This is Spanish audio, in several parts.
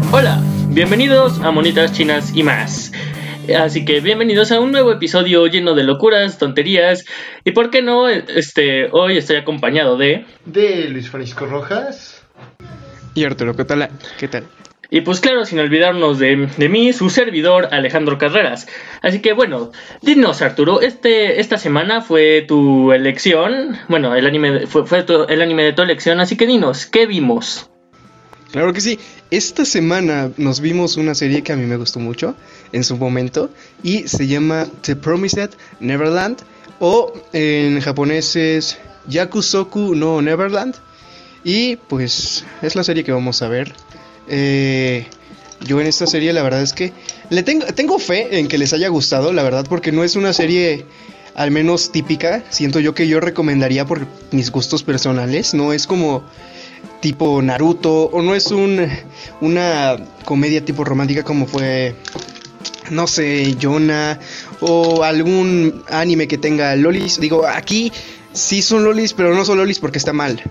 Hola, bienvenidos a Monitas Chinas y más. Así que bienvenidos a un nuevo episodio lleno de locuras, tonterías y por qué no, hoy estoy acompañado de Luis Francisco Rojas y Arturo, ¿qué tal? Y pues claro, sin olvidarnos de mí, su servidor Alejandro Carreras. Así que bueno, dinos Arturo, esta semana fue tu elección, bueno, el anime fue el anime de tu elección, así que dinos, ¿qué vimos? Claro que sí, esta semana nos vimos una serie que a mí me gustó mucho en su momento y se llama The Promised Neverland, o en japonés es Yakusoku no Neverland, y pues es la serie que vamos a ver. Yo en esta serie la verdad es que tengo fe en que les haya gustado, la verdad, porque no es una serie al menos típica, siento yo que yo recomendaría por mis gustos personales, no es como tipo Naruto, o no es una comedia tipo romántica como fue, no sé, Yona, o algún anime que tenga lolis. Digo, aquí sí son lolis, pero no son lolis porque está mal,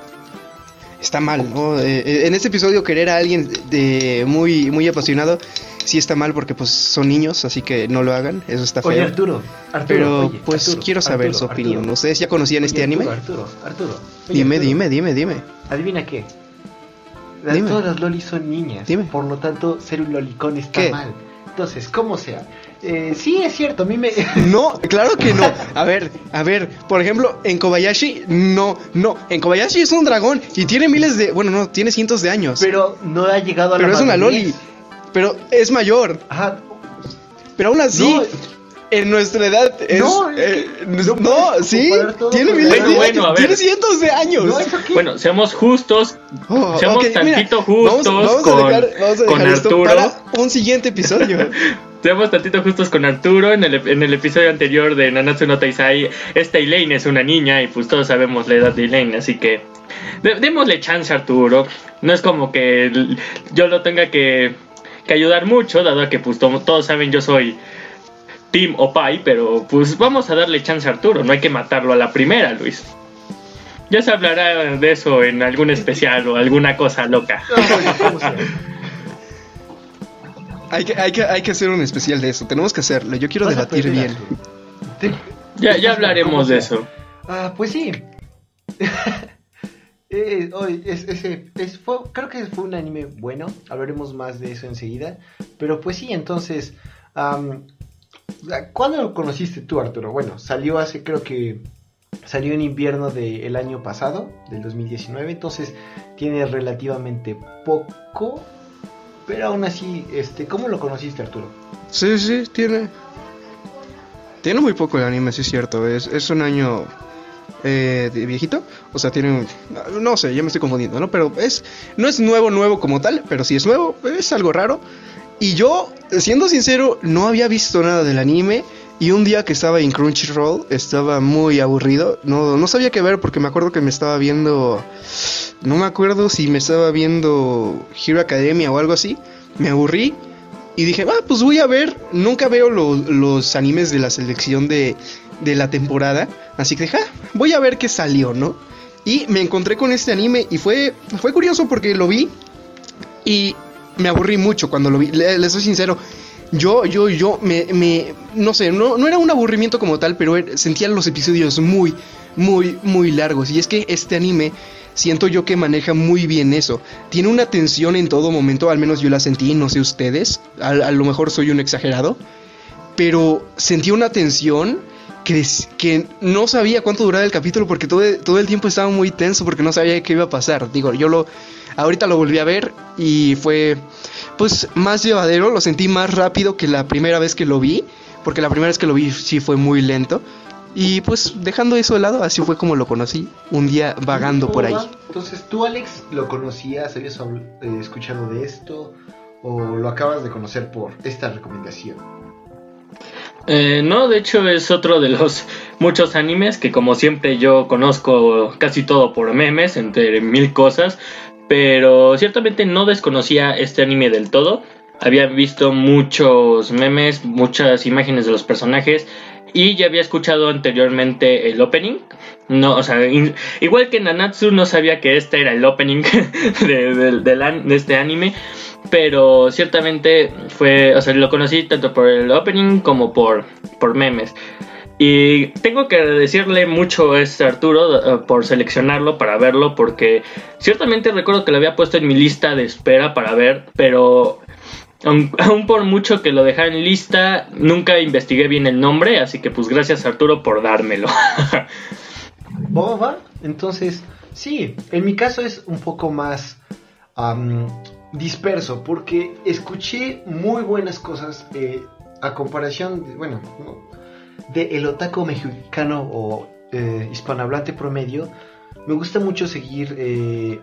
¿no? En este episodio querer a alguien muy, muy apasionado sí está mal porque pues son niños, así que no lo hagan, eso está feo. Oye, Arturo, pero oye, pues Arturo, quiero saber su opinión. ¿Ustedes ya conocían este anime? Arturo. Oye, dime. Adivina qué. Dime. Todas las lolis son niñas. Dime. Por lo tanto, ser un lolicón está ¿Qué? mal. Entonces, como sea. Sí, es cierto, a mí me... No, claro que no. A ver, por ejemplo, en Kobayashi, no. En Kobayashi es un dragón y tiene tiene cientos de años. Pero no ha llegado a la Pero es una madurez. loli. Pero es mayor. Ajá. Pero aún así, No. en nuestra edad es... sí, comparar todo tiene con miles la de edad. años. a ver. Tiene cientos de años. No, ¿eso qué? Bueno, seamos justos, seamos tantito justos vamos con a dejar esto Arturo. para un siguiente episodio. Seamos tantito justos con Arturo. En el episodio anterior de Nanatsu no Taizai, esta Elaine es una niña y pues todos sabemos la edad de Elaine, así que démosle chance a Arturo. No es como que yo lo tenga que ayudar mucho, dado que pues todos saben yo soy Team Opai, pero pues vamos a darle chance a Arturo, no hay que matarlo a la primera, Luis. Ya se hablará de eso en algún especial o alguna cosa loca. ¿Cómo sea? Hay que hacer un especial de eso. Tenemos que hacerlo. Yo quiero Vas a debatir perder, bien. Arturo. Ya hablaremos de eso. Pues sí. Creo que fue un anime bueno. Hablaremos más de eso enseguida. Pero pues sí, entonces, ¿cuándo lo conociste tú, Arturo? Bueno, salió en invierno del año pasado, del 2019. Entonces tiene relativamente poco. Pero aún así, ¿cómo lo conociste, Arturo? Sí, tiene muy poco el anime, sí es cierto. Es un año de viejito. O sea, tiene no sé, ya me estoy confundiendo, ¿no? Pero no es nuevo como tal, pero sí es nuevo, es algo raro. Y yo, siendo sincero, no había visto nada del anime. Y un día que estaba en Crunchyroll, estaba muy aburrido. No sabía qué ver porque me acuerdo que me estaba viendo... No me acuerdo si me estaba viendo Hero Academia o algo así. Me aburrí y dije, pues voy a ver. Nunca veo los animes de la selección de la temporada. Así que dije, voy a ver qué salió, ¿no? Y me encontré con este anime y fue curioso porque lo vi y me aburrí mucho cuando lo vi. Les soy sincero. Yo no sé, no era un aburrimiento como tal, pero sentía los episodios muy, muy, muy largos. Y es que este anime, siento yo que maneja muy bien eso. Tiene una tensión en todo momento, al menos yo la sentí, no sé ustedes, a lo mejor soy un exagerado, pero sentí una tensión que no sabía cuánto duraba el capítulo porque todo el tiempo estaba muy tenso porque no sabía qué iba a pasar. Digo, ahorita lo volví a ver y fue pues más llevadero, lo sentí más rápido que la primera vez que lo vi, porque la primera vez que lo vi sí fue muy lento. Y pues dejando eso de lado, así fue como lo conocí, un día vagando por ahí. Entonces, ¿tú, Alex, lo conocías? ¿Habías escuchado de esto? ¿O lo acabas de conocer por esta recomendación? No, de hecho es otro de los muchos animes que como siempre yo conozco casi todo por memes, entre mil cosas. Pero ciertamente no desconocía este anime del todo. Había visto muchos memes, muchas imágenes de los personajes y ya había escuchado anteriormente el opening. No, o sea, igual que Nanatsu no sabía que este era el opening de este anime. pero ciertamente fue, o sea, lo conocí tanto por el opening como por memes. Y tengo que agradecerle mucho a Arturo por seleccionarlo para verlo, porque ciertamente recuerdo que lo había puesto en mi lista de espera para ver, pero aún por mucho que lo dejara en lista, nunca investigué bien el nombre, así que pues gracias Arturo por dármelo. ¿Va? Entonces, sí, en mi caso es un poco más disperso, porque escuché muy buenas cosas a comparación de, bueno, de el otaku mexicano o hispanohablante promedio. Me gusta mucho seguir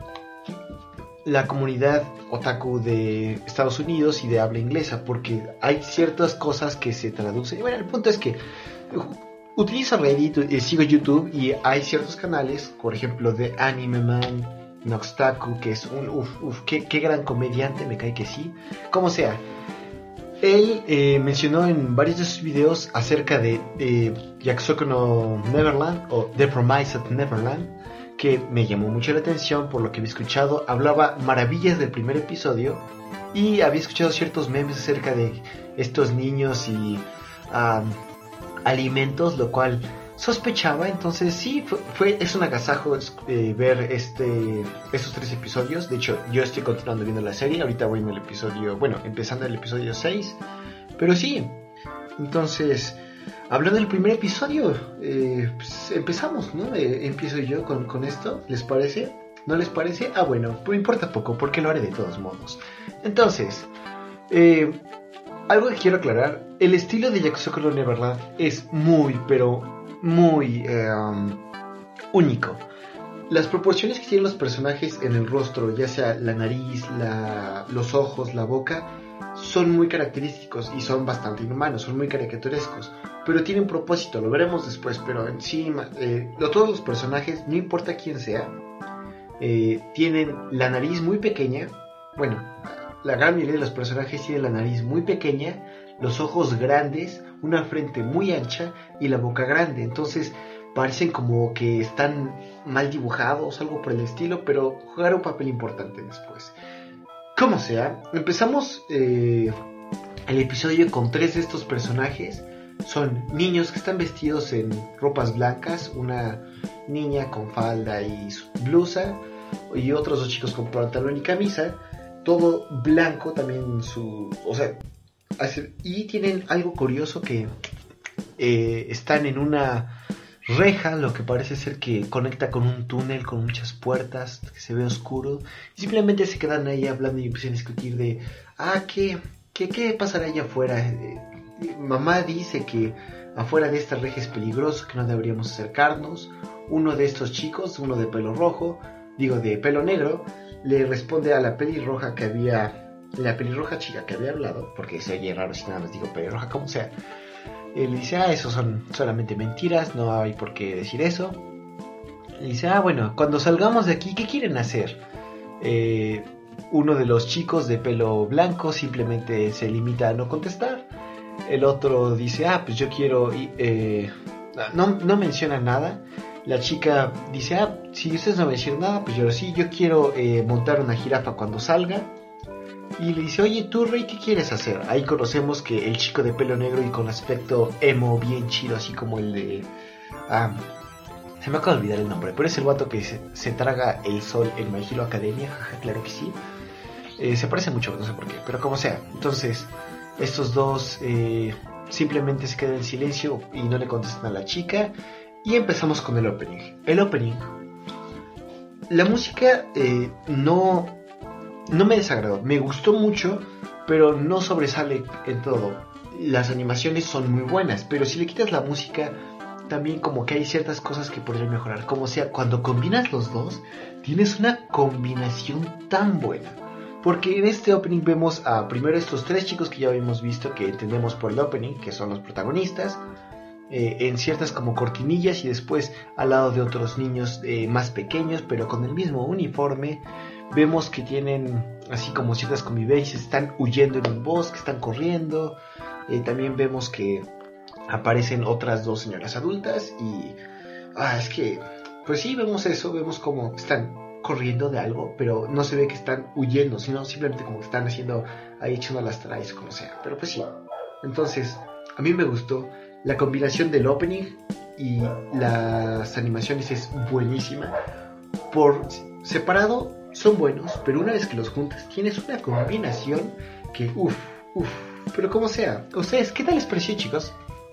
la comunidad otaku de Estados Unidos y de habla inglesa, porque hay ciertas cosas que se traducen. Y bueno, el punto es que utilizo Reddit, sigo YouTube y hay ciertos canales, por ejemplo, de Anime Man, Noxtaku, que es qué gran comediante, me cae que sí. Como sea, él mencionó en varios de sus videos acerca de Yakusoku no Neverland o The Promised Neverland, que me llamó mucho la atención por lo que había escuchado. Hablaba maravillas del primer episodio y había escuchado ciertos memes acerca de estos niños y alimentos, lo cual sospechaba. Entonces sí, es un agasajo ver estos 3 episodios. De hecho, yo estoy continuando viendo la serie. Ahorita voy en el episodio, empezando el episodio 6. Pero sí, entonces, hablando del primer episodio, pues empezamos, ¿no? Empiezo yo con esto, ¿les parece? ¿No les parece? Bueno, pero importa poco porque lo haré de todos modos. Entonces, algo que quiero aclarar, el estilo de Yakusoku no Neverland es muy, pero muy único. Las proporciones que tienen los personajes en el rostro, ya sea la nariz, los ojos, la boca, son muy característicos y son bastante inhumanos, son muy caricaturescos, pero tienen propósito, lo veremos después. Pero encima, todos los personajes, no importa quién sea, tienen la nariz muy pequeña. Bueno, la gran mayoría de los personajes tienen la nariz muy pequeña, los ojos grandes, una frente muy ancha y la boca grande. Entonces parecen como que están mal dibujados, algo por el estilo, pero jugará un papel importante después. Como sea, empezamos el episodio con 3 de estos personajes. Son niños que están vestidos en ropas blancas, una niña con falda y blusa, y otros 2 chicos con pantalón y camisa, todo blanco también y tienen algo curioso que están en una reja, lo que parece ser que conecta con un túnel con muchas puertas, que se ve oscuro, y simplemente se quedan ahí hablando y empiezan a discutir de ¿qué pasará allá afuera? Mamá dice que afuera de esta reja es peligroso, que no deberíamos acercarnos. Uno de estos chicos, uno de pelo negro, le responde a la pelirroja chica que había hablado, porque se oye raro si nada más digo pelirroja, como sea. Le dice, eso son solamente mentiras, no hay por qué decir eso. Le dice, bueno, cuando salgamos de aquí, ¿qué quieren hacer? Uno de los chicos de pelo blanco simplemente se limita a no contestar. El otro dice, pues yo quiero... no menciona nada. La chica dice, si ustedes no mencionan nada, pues yo quiero montar una jirafa cuando salga. Y le dice, oye, tú, Rey, ¿qué quieres hacer? Ahí conocemos que el chico de pelo negro y con aspecto emo bien chido, así como el de... se me acaba de olvidar el nombre, pero es el vato que se traga el sol en My Hero Academia, jaja, claro que sí. Se parece mucho, no sé por qué, pero como sea. Entonces, estos dos simplemente se quedan en silencio y no le contestan a la chica. Y empezamos con el opening. La música no me desagradó, me gustó mucho, pero no sobresale en todo. Las animaciones son muy buenas, pero si le quitas la música, también como que hay ciertas cosas que podrían mejorar. Como sea, cuando combinas los dos, tienes una combinación tan buena. Porque en este opening vemos a primero estos 3 chicos que ya habíamos visto, que entendemos por el opening, que son los protagonistas, en ciertas como cortinillas, y después al lado de otros niños más pequeños, pero con el mismo uniforme. Vemos que tienen así como ciertas convivencias, están huyendo en un bosque, están corriendo. También vemos que aparecen otras 2 señoras adultas y... es que... Pues sí, vemos eso, vemos cómo están corriendo de algo, pero no se ve que están huyendo, sino simplemente como que están haciendo ahí echando las traes, como sea. Pero pues sí. Entonces, a mí me gustó la combinación del opening y las animaciones es buenísima. Por separado son buenos, pero una vez que los juntas tienes una combinación que pero como sea. ¿Ustedes qué tal les pareció, chicos?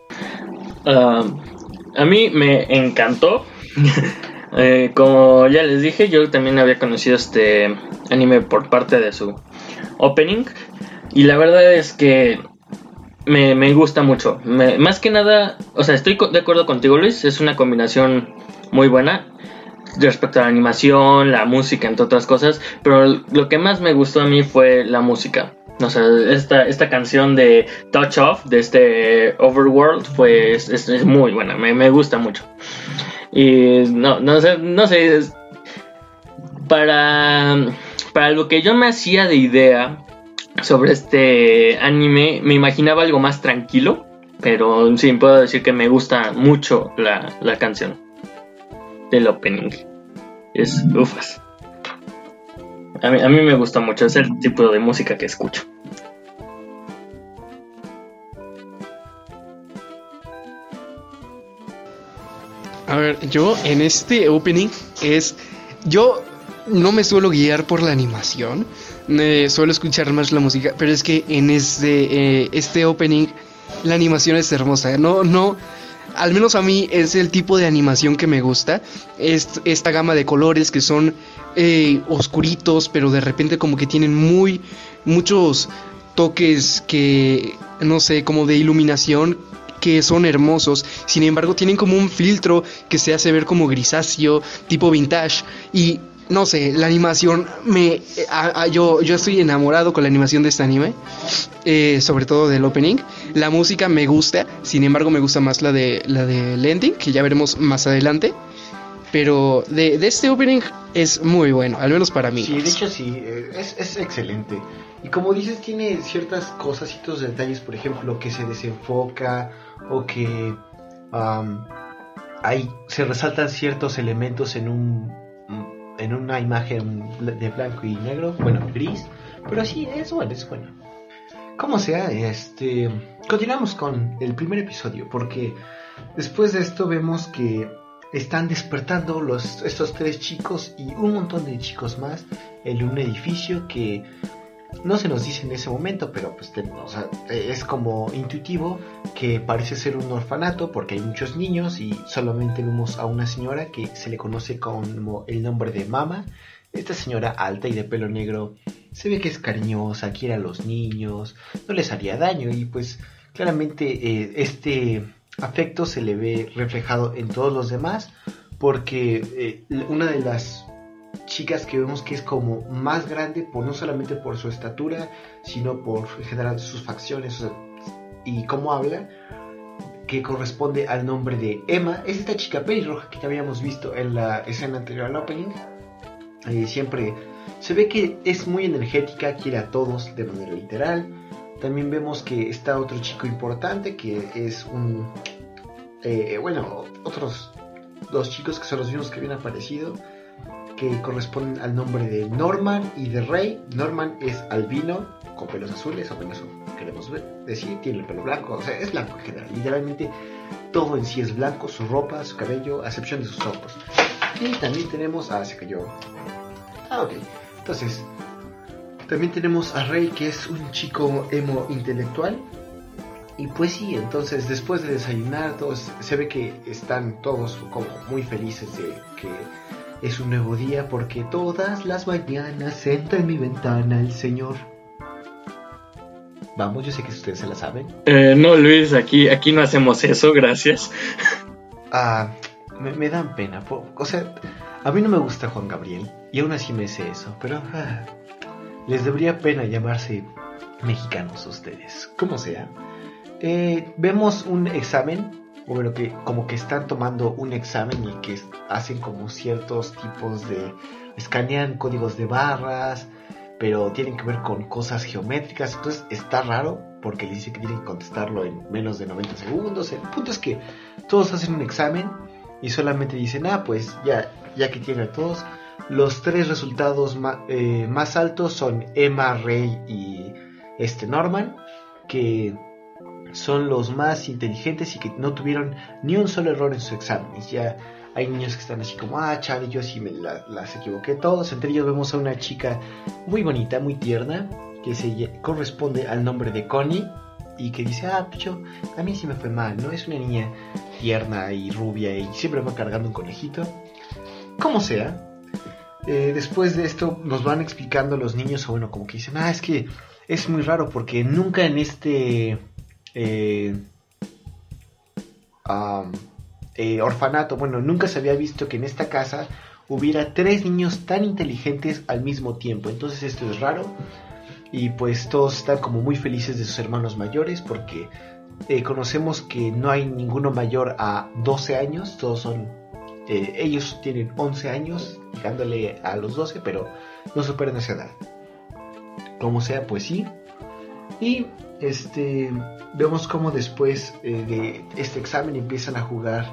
A mí me encantó. Como ya les dije, yo también había conocido este anime por parte de su opening. Y la verdad es que me gusta mucho. Más que nada, o sea, estoy de acuerdo contigo, Luis. Es una combinación muy buena respecto a la animación, la música, entre otras cosas. Pero lo que más me gustó a mí fue la música. O sea, esta canción de Touch Off, de este Overworld, es muy buena. Me gusta mucho. Y no sé, para lo que yo me hacía de idea sobre este anime, me imaginaba algo más tranquilo, pero sí puedo decir que me gusta mucho la canción del opening. Es ufas. A mí me gusta mucho, es el tipo de música que escucho. A ver, yo en este opening yo no me suelo guiar por la animación, suelo escuchar más la música, pero es que en este opening la animación es hermosa. No, al menos a mí es el tipo de animación que me gusta. Esta gama de colores que son oscuritos, pero de repente como que tienen muchos toques que, no sé, como de iluminación, que son hermosos. Sin embargo, tienen como un filtro que se hace ver como grisáceo, tipo vintage. Y no sé, la animación yo estoy enamorado con la animación de este anime, sobre todo del opening. La música me gusta, sin embargo me gusta más la del ending, que ya veremos más adelante. Pero de este opening es muy bueno, al menos para mí. Sí, de hecho sí, es excelente. Y como dices, tiene ciertas cosas, ciertos detalles, por ejemplo, que se desenfoca o que ahí se resaltan ciertos elementos en una imagen de blanco y negro, bueno, gris, pero sí, es bueno. Como sea, continuamos con el primer episodio, porque después de esto vemos que están despertando estos 3 chicos y un montón de chicos más en un edificio que no se nos dice en ese momento, pero pues es como intuitivo que parece ser un orfanato porque hay muchos niños y solamente vemos a una señora que se le conoce como el nombre de Mama. Esta señora alta y de pelo negro se ve que es cariñosa, quiere a los niños, no les haría daño y pues claramente este afecto se le ve reflejado en todos los demás porque una de las chicas que vemos que es como más grande, no solamente por su estatura, sino por en general sus facciones y cómo habla, que corresponde al nombre de Emma, es esta chica pelirroja que ya habíamos visto en la escena anterior al opening. Siempre se ve que es muy energética, quiere a todos de manera literal. También vemos que está otro chico importante que es otros 2 chicos que son los mismos que habían aparecido, que corresponden al nombre de Norman y de Ray. Norman es albino, con pelos azules, o menos eso queremos decir, tiene el pelo blanco, o sea, es blanco en general, literalmente todo en sí es blanco, su ropa, su cabello, a excepción de sus ojos. Y también tenemos se cayó. Ok, entonces también tenemos a Ray, que es un chico emo intelectual. Y pues sí, entonces después de desayunar todos, se ve que están todos como muy felices de que es un nuevo día, porque todas las mañanas entra en mi ventana el Señor. Vamos, yo sé que ustedes se la saben. No, Luis, aquí no hacemos eso, gracias. Me dan pena. O sea, a mí no me gusta Juan Gabriel y aún así me sé eso, pero les debería pena llamarse mexicanos ustedes, como sea. Vemos un examen, o bueno, que como que están tomando un examen y que hacen como ciertos tipos de... escanean códigos de barras, pero tienen que ver con cosas geométricas. Entonces está raro porque le dice que tienen que contestarlo en menos de 90 segundos. El punto es que todos hacen un examen y solamente dicen, pues ya que tienen a todos, Los 3 resultados más altos son Emma, Ray y Norman, que son los más inteligentes y que no tuvieron ni un solo error en sus exámenes. Ya hay niños que están así como, chale, yo sí me las equivoqué todos. Entre ellos vemos a una chica muy bonita, muy tierna, que se corresponde al nombre de Connie, y que dice, pues yo, a mí sí me fue mal, ¿no? Es una niña tierna y rubia y siempre va cargando un conejito. Como sea, después de esto nos van explicando los niños, o bueno, como que dicen, es que es muy raro porque nunca en este orfanato, bueno, nunca se había visto que en esta casa hubiera 3 niños tan inteligentes al mismo tiempo. Entonces esto es raro. Y pues todos están como muy felices de sus hermanos mayores, porque conocemos que no hay ninguno mayor a 12 años. Todos son, ellos tienen 11 años, llegándole a los 12, pero no superan esa edad. Como sea, pues sí. Y vemos como después de este examen empiezan a jugar.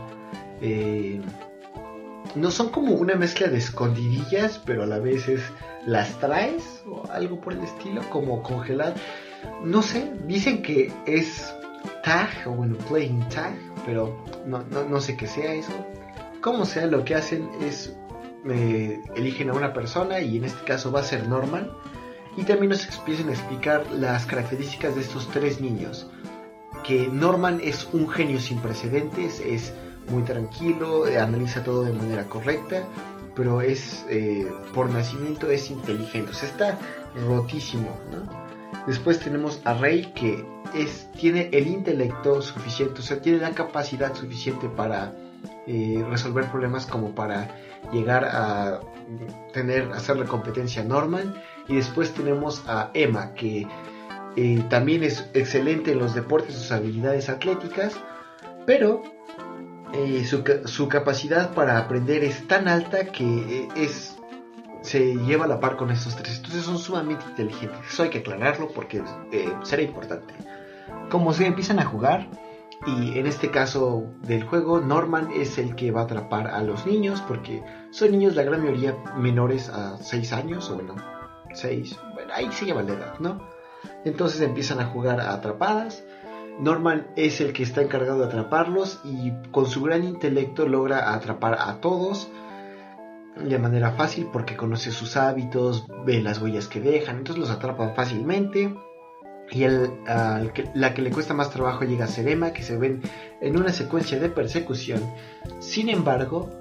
No son como una mezcla de escondidillas, pero a la vez es las traes o algo por el estilo, como congelar. No sé, dicen que es tag, o bueno, playing tag, pero no sé qué sea eso. Como sea, lo que hacen es eligen a una persona, y en este caso va a ser Norman, y también nos empiezan a explicar las características de estos 3 niños. Que Norman es un genio sin precedentes, es muy tranquilo, analiza todo de manera correcta, pero es por nacimiento es inteligente, o sea, está rotísimo, ¿no? Después tenemos a Ray, que tiene el intelecto suficiente, o sea, tiene la capacidad suficiente para resolver problemas como para llegar a hacerle competencia a Norman. Y después tenemos a Emma, que también es excelente en los deportes, sus habilidades atléticas, pero su capacidad para aprender es tan alta que se lleva a la par con estos 3. Entonces son sumamente inteligentes. Eso hay que aclararlo porque será importante. Como se empiezan a jugar, y en este caso del juego, Norman es el que va a atrapar a los niños, porque son niños, la gran mayoría menores a 6 años, o bueno, 6, bueno, ahí se lleva la edad, ¿no? Entonces empiezan a jugar a atrapadas. Norman es el que está encargado de atraparlos, y con su gran intelecto logra atrapar a todos de manera fácil porque conoce sus hábitos, ve las huellas que dejan, entonces los atrapa fácilmente. Y la que le cuesta más trabajo llega a ser Emma, que se ven en una secuencia de persecución. Sin embargo,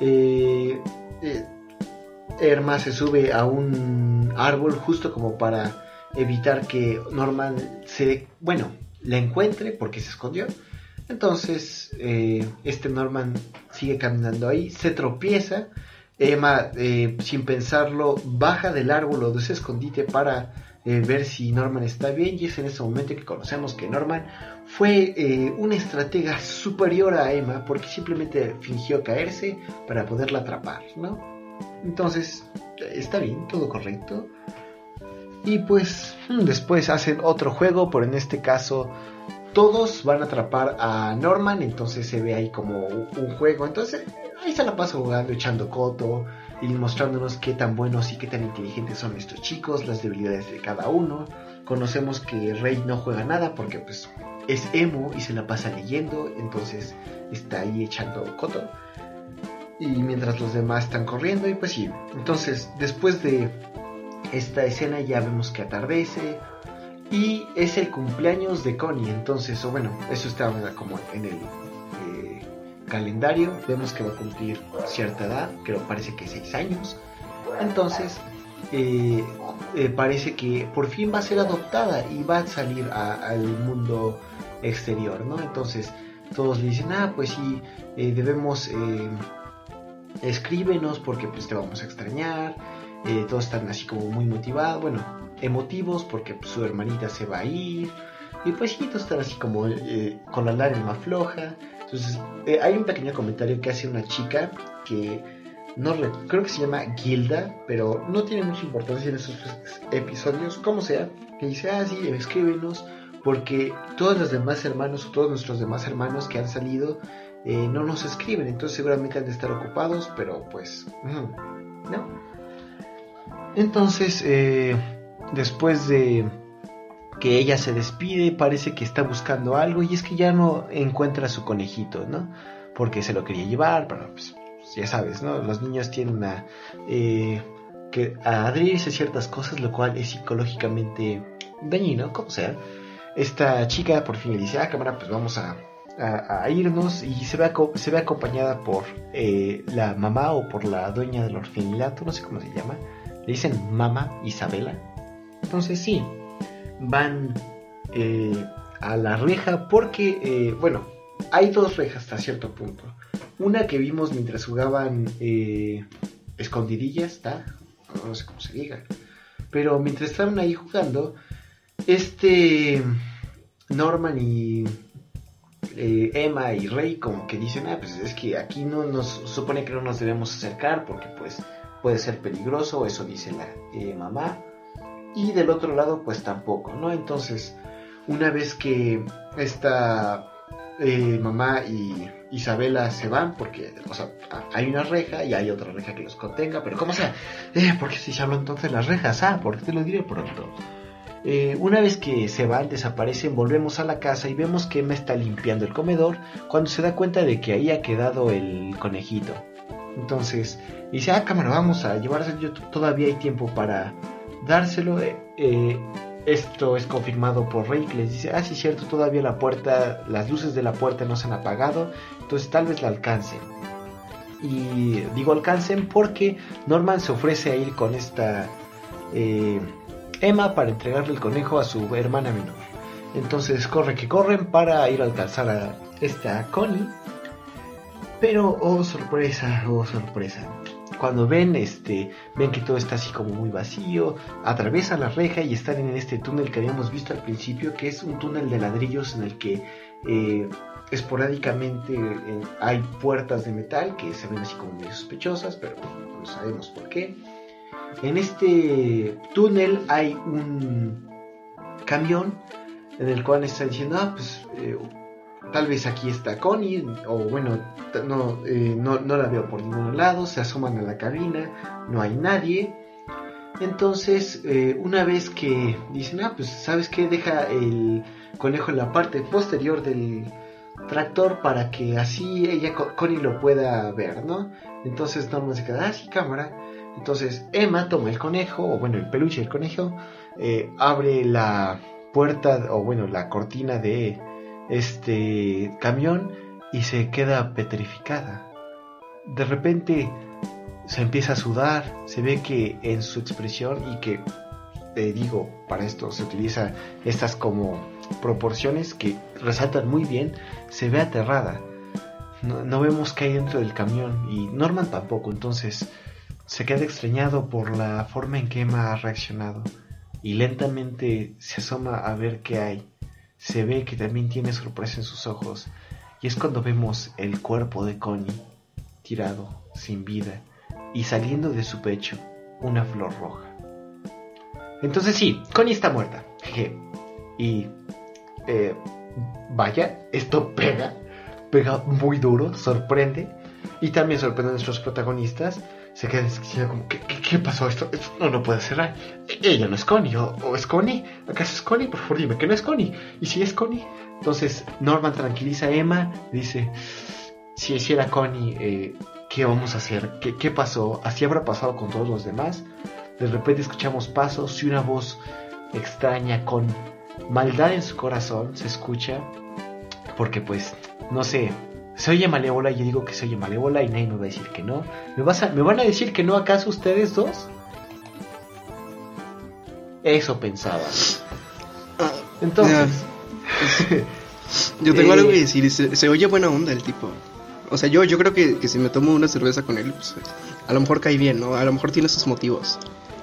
Emma se sube a un árbol justo como para evitar que Norman la encuentre, porque se escondió. Entonces Norman sigue caminando ahí, se tropieza. Emma, sin pensarlo, baja del árbol o de ese escondite para ver si Norman está bien, y es en ese momento que conocemos que Norman fue una estratega superior a Emma, porque simplemente fingió caerse para poderla atrapar, ¿no? Entonces está bien, todo correcto. Y pues después hacen otro juego, pero en este caso todos van a atrapar a Norman, entonces se ve ahí como un juego. Entonces ahí se la pasa jugando, echando coto y mostrándonos qué tan buenos y qué tan inteligentes son estos chicos, las debilidades de cada uno. Conocemos que Rey no juega nada porque pues es emo y se la pasa leyendo, entonces está ahí echando coto, y mientras los demás están corriendo. Y pues sí, entonces después de esta escena ya vemos que atardece y es el cumpleaños de Connie. Entonces, eso está como en el calendario. Vemos que va a cumplir cierta edad, creo, parece que 6 años. Entonces parece que por fin va a ser adoptada y va a salir al mundo exterior, ¿no? Entonces todos le dicen, pues sí, debemos escríbenos porque pues te vamos a extrañar. Todos están así como muy motivados, emotivos, porque pues, su hermanita se va a ir. Y pues sí, todos están así como con la lágrima floja. Entonces hay un pequeño comentario que hace una chica que creo que se llama Gilda, pero no tiene mucha importancia en estos episodios, como sea, que dice, sí, escríbenos, porque todos los demás hermanos, o todos nuestros demás hermanos que han salido, no nos escriben, entonces seguramente han de estar ocupados, pero pues ¿no? Entonces, después de que ella se despide, parece que está buscando algo y es que ya no encuentra a su conejito, ¿no? Porque se lo quería llevar, pero pues ya sabes, ¿no? Los niños tienden a adherirse a ciertas cosas, lo cual es psicológicamente dañino, como sea. Esta chica por fin le dice, cámara, pues vamos a irnos, y se ve acompañada por la mamá o por la dueña del orfanato, no sé cómo se llama, le dicen mamá Isabela. Entonces sí, van a la reja porque, bueno, hay dos rejas hasta cierto punto. Una que vimos mientras jugaban escondidillas, ¿tá? No sé cómo se diga, pero mientras estaban ahí jugando, Norman y Emma y Ray como que dicen, pues es que aquí no nos supone que no nos debemos acercar porque pues puede ser peligroso, eso dice la mamá, y del otro lado pues tampoco, ¿no? Entonces, una vez que esta mamá y Isabela se van, porque, o sea, hay una reja y hay otra reja que los contenga, pero como sea, ¿por qué si se habló entonces las rejas? Porque te lo diré pronto. Una vez que se van, desaparecen, volvemos a la casa y vemos que Emma está limpiando el comedor cuando se da cuenta de que ahí ha quedado el conejito. Entonces dice, cámara, vamos a llevárselo, todavía hay tiempo para dárselo. Esto es confirmado por Ray, que les dice, sí, cierto, todavía la puerta, las luces de la puerta no se han apagado, entonces tal vez la alcancen. Y digo alcancen porque Norman se ofrece a ir con esta Emma para entregarle el conejo a su hermana menor. Entonces corren para ir a alcanzar a esta Connie. Pero, oh sorpresa, cuando ven que todo está así como muy vacío, atraviesan la reja y están en este túnel que habíamos visto al principio, que es un túnel de ladrillos en el que esporádicamente hay puertas de metal que se ven así como muy sospechosas, pero no sabemos por qué. En este túnel hay un camión en el cual están diciendo, tal vez aquí está Connie, o bueno, no la veo por ningún lado. Se asoman a la cabina, no hay nadie. Entonces, una vez que dicen, ¿sabes qué? Deja el conejo en la parte posterior del tractor para que así Connie lo pueda ver, ¿no? Entonces Norman se queda, sí, cámara. Entonces Emma toma el conejo, o bueno, el peluche del conejo, abre la puerta, o bueno, la cortina de este camión y se queda petrificada. De repente se empieza a sudar, se ve que en su expresión, y que para esto se utiliza estas como proporciones que resaltan muy bien, se ve aterrada. No vemos qué hay dentro del camión y Norman tampoco, entonces se queda extrañado por la forma en que Emma ha reaccionado y lentamente se asoma a ver qué hay. Se ve que también tiene sorpresa en sus ojos, y es cuando vemos el cuerpo de Connie tirado, sin vida, y saliendo de su pecho una flor roja. Entonces sí, Connie está muerta. Y vaya, esto pega muy duro, sorprende, y también sorprende a nuestros protagonistas. Se quedan como, ¿qué pasó? Esto no puede ser. Ella no es Connie, o es Connie. ¿Acaso es Connie? Por favor, dime que no es Connie. ¿Y si es Connie? Entonces Norman tranquiliza a Emma, dice, si era Connie, ¿qué vamos a hacer? ¿Qué pasó? ¿Así habrá pasado con todos los demás? De repente escuchamos pasos y una voz extraña con maldad en su corazón se escucha, porque pues, no sé, se oye malévola, y yo digo que se oye malévola y nadie me va a decir que no. ¿Me van a decir que no acaso ustedes dos? Eso pensaba. Entonces... yo tengo algo que decir, se oye buena onda el tipo. O sea, yo creo que si me tomo una cerveza con él, pues, a lo mejor cae bien, ¿no? A lo mejor tiene sus motivos.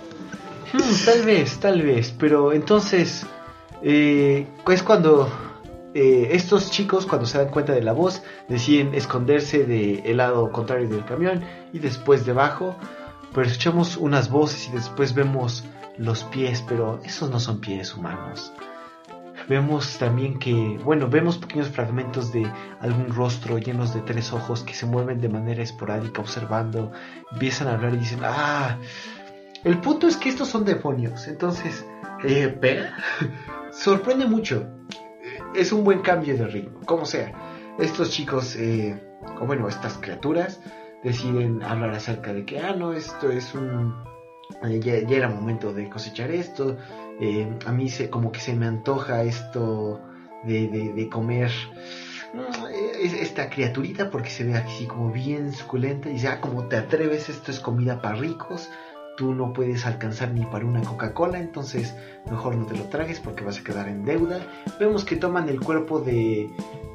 Tal vez, pero entonces... es cuando... estos chicos, cuando se dan cuenta de la voz, deciden esconderse del lado contrario del camión y después debajo, pero escuchamos unas voces y después vemos los pies, pero esos no son pies humanos. Vemos también que, bueno, vemos pequeños fragmentos de algún rostro llenos de 3 ojos que se mueven de manera esporádica observando, empiezan a hablar y dicen, el punto es que estos son demonios. Entonces, pega, sorprende mucho. Es un buen cambio de ritmo, como sea. Estos chicos, o bueno, estas criaturas deciden hablar acerca de que, no, esto es ya era momento de cosechar esto. A mí como que se me antoja esto de comer esta criaturita porque se ve así como bien suculenta. Y dice, como te atreves, esto es comida para ricos, tú no puedes alcanzar ni para una Coca-Cola, entonces mejor no te lo tragues porque vas a quedar en deuda. Vemos que toman el cuerpo de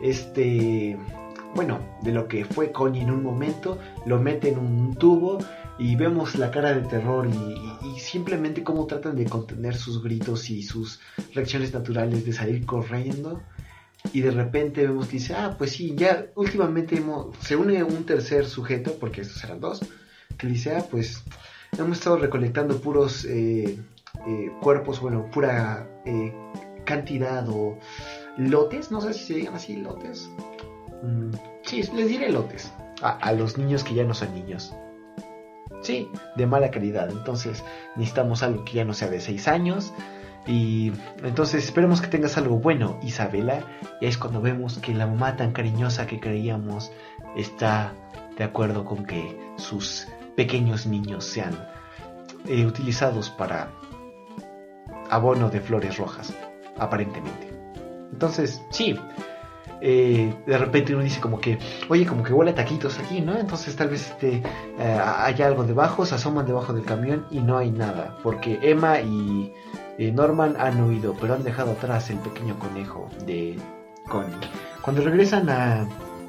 de lo que fue Connie en un momento, lo meten en un tubo y vemos la cara de terror y simplemente cómo tratan de contener sus gritos y sus reacciones naturales de salir corriendo. Y de repente vemos que dice, pues sí, ya últimamente se une un tercer sujeto, porque estos eran 2, que dice, pues hemos estado recolectando puros cuerpos, bueno, pura cantidad o lotes, no sé si se digan así, lotes. Sí, les diré lotes a los niños que ya no son niños. Sí, de mala calidad. Entonces necesitamos algo que ya no sea de 6 años. Y entonces esperemos que tengas algo bueno, Isabela. Y es cuando vemos que la mamá tan cariñosa que creíamos está de acuerdo con que sus pequeños niños sean utilizados para abono de flores rojas, aparentemente. Entonces, sí, de repente uno dice como que, oye, como que huele a taquitos aquí, ¿no? Entonces tal vez haya algo debajo, se asoman debajo del camión y no hay nada, porque Emma y Norman han huido, pero han dejado atrás el pequeño conejo de Connie. Cuando regresan a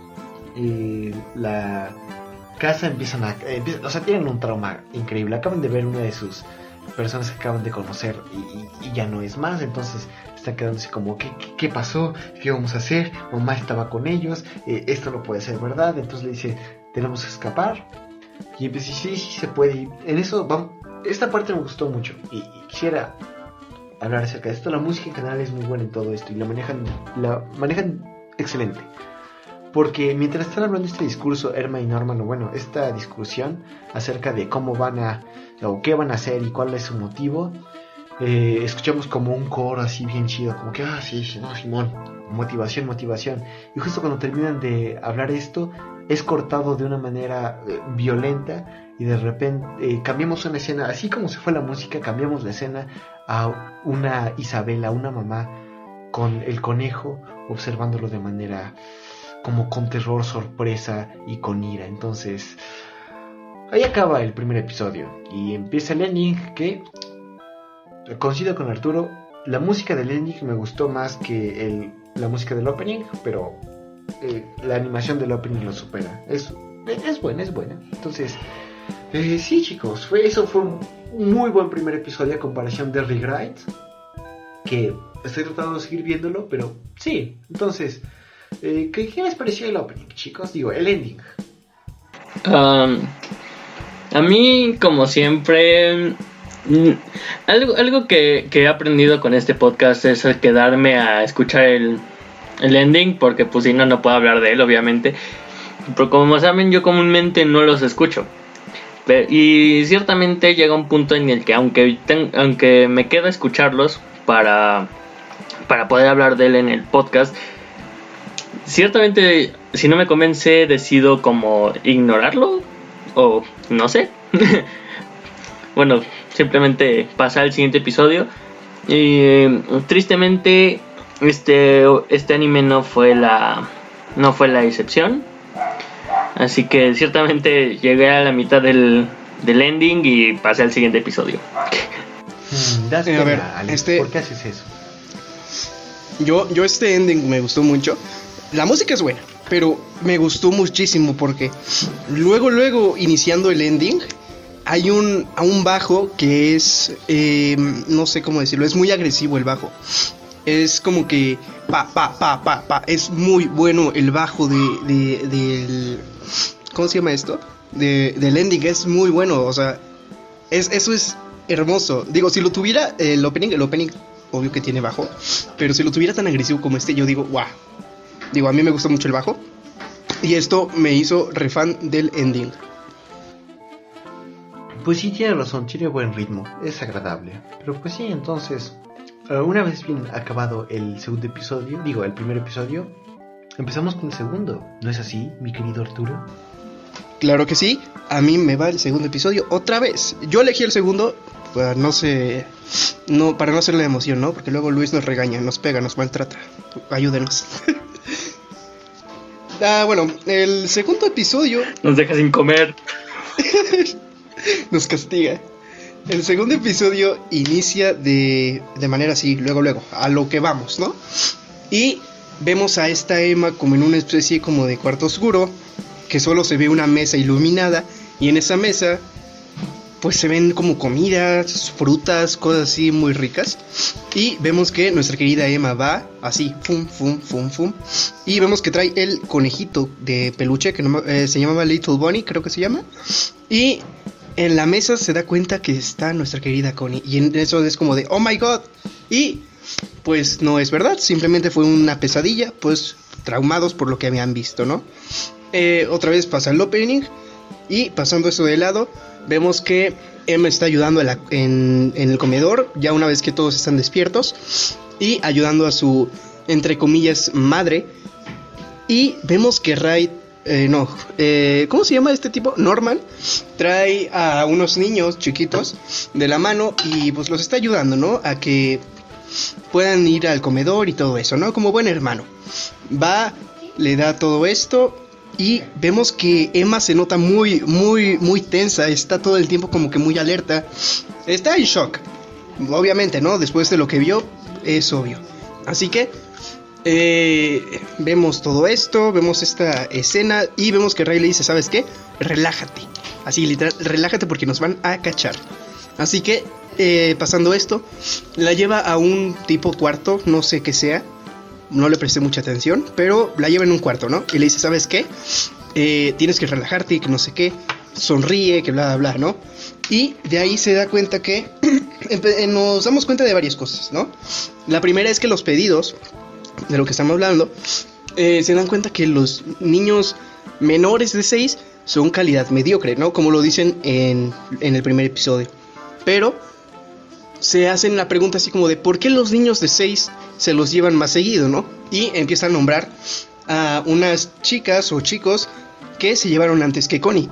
la casa empiezan o sea, tienen un trauma increíble. Acaban de ver una de sus personas que acaban de conocer y ya no es más. Entonces están quedándose como, ¿qué pasó? ¿Qué vamos a hacer? Mamá estaba con ellos, esto no puede ser verdad. Entonces le dice, tenemos que escapar. Y empieza, sí se puede. Y en eso, esta parte me gustó mucho y quisiera hablar acerca de esto. La música en general es muy buena en todo esto y la manejan excelente. Porque mientras están hablando este discurso, Emma y Norman, o bueno, esta discusión acerca de cómo o qué van a hacer y cuál es su motivo, escuchamos como un coro así bien chido, como que, sí, no, Simón, motivación. Y justo cuando terminan de hablar esto, es cortado de una manera violenta y de repente cambiamos una escena, así como se fue la música, cambiamos la escena a una Isabela, una mamá, con el conejo, observándolo de manera como con terror, sorpresa y con ira. Entonces ahí acaba el primer episodio y empieza el ending, que coincido con Arturo, la música del ending me gustó más que la música del opening, pero la animación del opening lo supera. Es buena. Entonces sí, chicos, eso fue un muy buen primer episodio a comparación de Rewrite, que estoy tratando de seguir viéndolo, pero sí. Entonces, ¿qué les pareció el opening, chicos? Digo, el ending. A mí, como siempre, algo que he aprendido con este podcast es el quedarme a escuchar el ending, porque pues si no puedo hablar de él, obviamente. Pero como saben, yo comúnmente no los escucho. Y ciertamente llega un punto en el que aunque me queda escucharlos para poder hablar de él en el podcast, ciertamente si no me convence decido como ignorarlo o no sé. Bueno, simplemente pasar al siguiente episodio. Y tristemente este anime no fue la excepción. Así que ciertamente llegué a la mitad del ending y pasé al siguiente episodio. A ver, Alex, ¿por qué haces eso? Yo este ending me gustó mucho. La música es buena, pero me gustó muchísimo porque luego iniciando el ending hay un bajo que es no sé cómo decirlo, es muy agresivo el bajo. Es como que pa. Es muy bueno el bajo del ¿cómo se llama esto? Del ending, es muy bueno, o sea, eso es hermoso. Digo, si lo tuviera el opening obvio que tiene bajo, pero si lo tuviera tan agresivo como este, yo digo, wow. Digo, a mí me gusta mucho el bajo, y esto me hizo re fan del ending. Pues sí, tiene razón, tiene buen ritmo, es agradable. Pero pues sí, entonces, una vez bien acabado el segundo episodio, el primer episodio, empezamos con el segundo. ¿No es así, mi querido Arturo? Claro que sí, a mí me va el segundo episodio otra vez. Yo elegí el segundo para para no hacer la emoción, ¿no? Porque luego Luis nos regaña, nos pega, nos maltrata. Ayúdenos. Bueno, el segundo episodio nos deja sin comer. Nos castiga. El segundo episodio inicia de manera así, luego, a lo que vamos, ¿no? Y vemos a esta Emma como en una especie como de cuarto oscuro, que solo se ve una mesa iluminada, y en esa mesa pues se ven como comidas, frutas, cosas así muy ricas. Y vemos que nuestra querida Emma va así, fum, fum, fum, fum. Y vemos que trae el conejito de peluche, que se llamaba Little Bunny, creo que se llama. Y en la mesa se da cuenta que está nuestra querida Connie. Y en eso es como de, oh my god. Y pues no es verdad, simplemente fue una pesadilla, pues traumados por lo que habían visto, ¿no? Otra vez pasa el opening. Y pasando eso de lado, vemos que Emma está ayudando en el comedor, ya una vez que todos están despiertos, y ayudando a su, entre comillas, madre. Y vemos que Ray, ¿cómo se llama este tipo? Norman, trae a unos niños chiquitos de la mano y pues los está ayudando, ¿no? A que puedan ir al comedor y todo eso, ¿no? Como buen hermano. Va, le da todo esto. Y vemos que Emma se nota muy, muy, muy tensa. Está todo el tiempo como que muy alerta. Está en shock, obviamente, ¿no? Después de lo que vio, es obvio. Así que vemos todo esto, vemos esta escena y vemos que Ray le dice, ¿sabes qué? Relájate. Así, literal, relájate porque nos van a cachar. Así que, pasando esto, la lleva a un tipo cuarto, no sé qué sea. No le presté mucha atención, pero la lleva en un cuarto, ¿no? Y le dice, ¿sabes qué? Tienes que relajarte y que no sé qué. Sonríe, que bla, bla, bla, ¿no? Y de ahí se da cuenta que nos damos cuenta de varias cosas, ¿no? La primera es que los pedidos, de lo que estamos hablando, se dan cuenta que los niños menores de 6 son calidad mediocre, ¿no? Como lo dicen en el primer episodio. Pero se hacen la pregunta así como de ¿por qué los niños de 6 se los llevan más seguido, ¿no? Y empiezan a nombrar a unas chicas o chicos que se llevaron antes que Connie.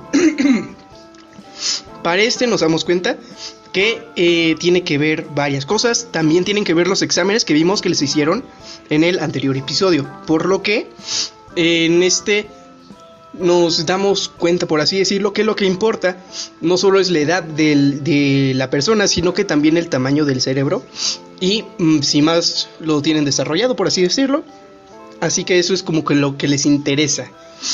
Para nos damos cuenta que tiene que ver varias cosas. También tienen que ver los exámenes que vimos que les hicieron en el anterior episodio. Por lo que en este nos damos cuenta, por así decirlo, que lo que importa no solo es la edad de la persona, sino que también el tamaño del cerebro y si más lo tienen desarrollado, por así decirlo. Así que eso es como que lo que les interesa.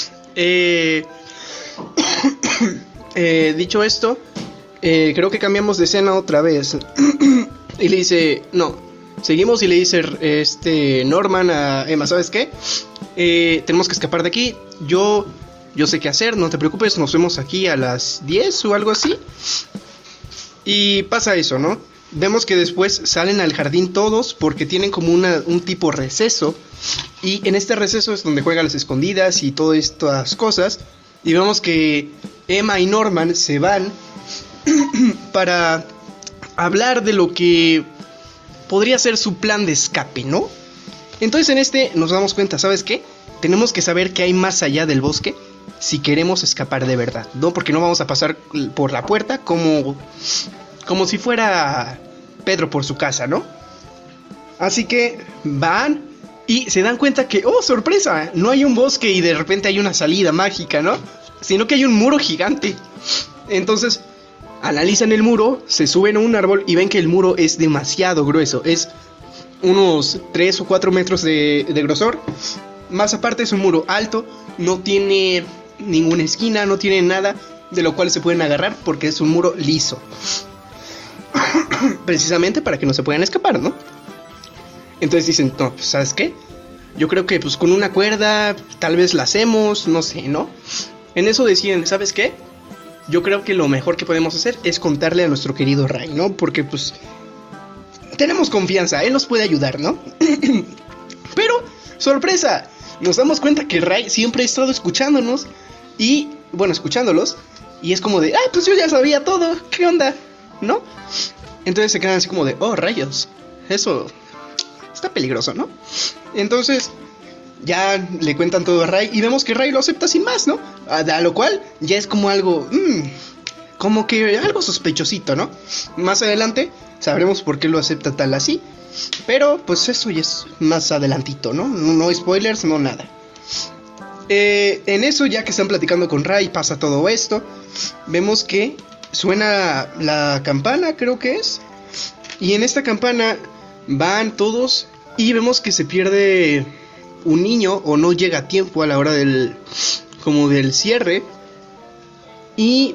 Dicho esto, creo que cambiamos de escena otra vez. Y le dice, no, seguimos y le dice Norman a Emma, ¿sabes qué? Tenemos que escapar de aquí. Yo sé qué hacer, no te preocupes, nos vemos aquí a las 10 o algo así. Y pasa eso, ¿no? Vemos que después salen al jardín todos porque tienen como un tipo receso. Y en este receso es donde juegan las escondidas y todas estas cosas. Y vemos que Emma y Norman se van para hablar de lo que podría ser su plan de escape, ¿no? Entonces nos damos cuenta, ¿sabes qué? Tenemos que saber qué hay más allá del bosque si queremos escapar de verdad, ¿no? Porque no vamos a pasar por la puerta como si fuera Pedro por su casa, ¿no? Así que van y se dan cuenta que, ¡oh, sorpresa! No hay un bosque y de repente hay una salida mágica, ¿no? Sino que hay un muro gigante. Entonces analizan el muro, se suben a un árbol y ven que el muro es demasiado grueso. Es unos 3 o 4 metros de grosor. Más aparte es un muro alto, no tiene ninguna esquina, no tiene nada de lo cual se pueden agarrar porque es un muro liso. Precisamente para que no se puedan escapar, ¿no? Entonces dicen, no, pues ¿sabes qué? Yo creo que pues con una cuerda tal vez la hacemos, no sé, ¿no? En eso deciden, ¿sabes qué? Yo creo que lo mejor que podemos hacer es contarle a nuestro querido Ray, ¿no? Porque pues tenemos confianza, él nos puede ayudar, ¿no? Pero, sorpresa, nos damos cuenta que Ray siempre ha estado escuchándonos y, bueno, escuchándolos. Y es como de, pues yo ya sabía todo, ¿qué onda? ¿No? Entonces se quedan así como de, oh, rayos, eso está peligroso, ¿no? Entonces ya le cuentan todo a Ray y vemos que Ray lo acepta sin más, ¿no? A lo cual ya es como algo, como que algo sospechosito, ¿no? Más adelante sabremos por qué lo acepta tal así. Pero pues eso ya es más adelantito, ¿no? No spoilers, no nada. En eso, ya que están platicando con Ray, pasa todo esto. Vemos que suena la campana, creo que es. Y en esta campana van todos y vemos que se pierde un niño o no llega a tiempo a la hora del cierre. Y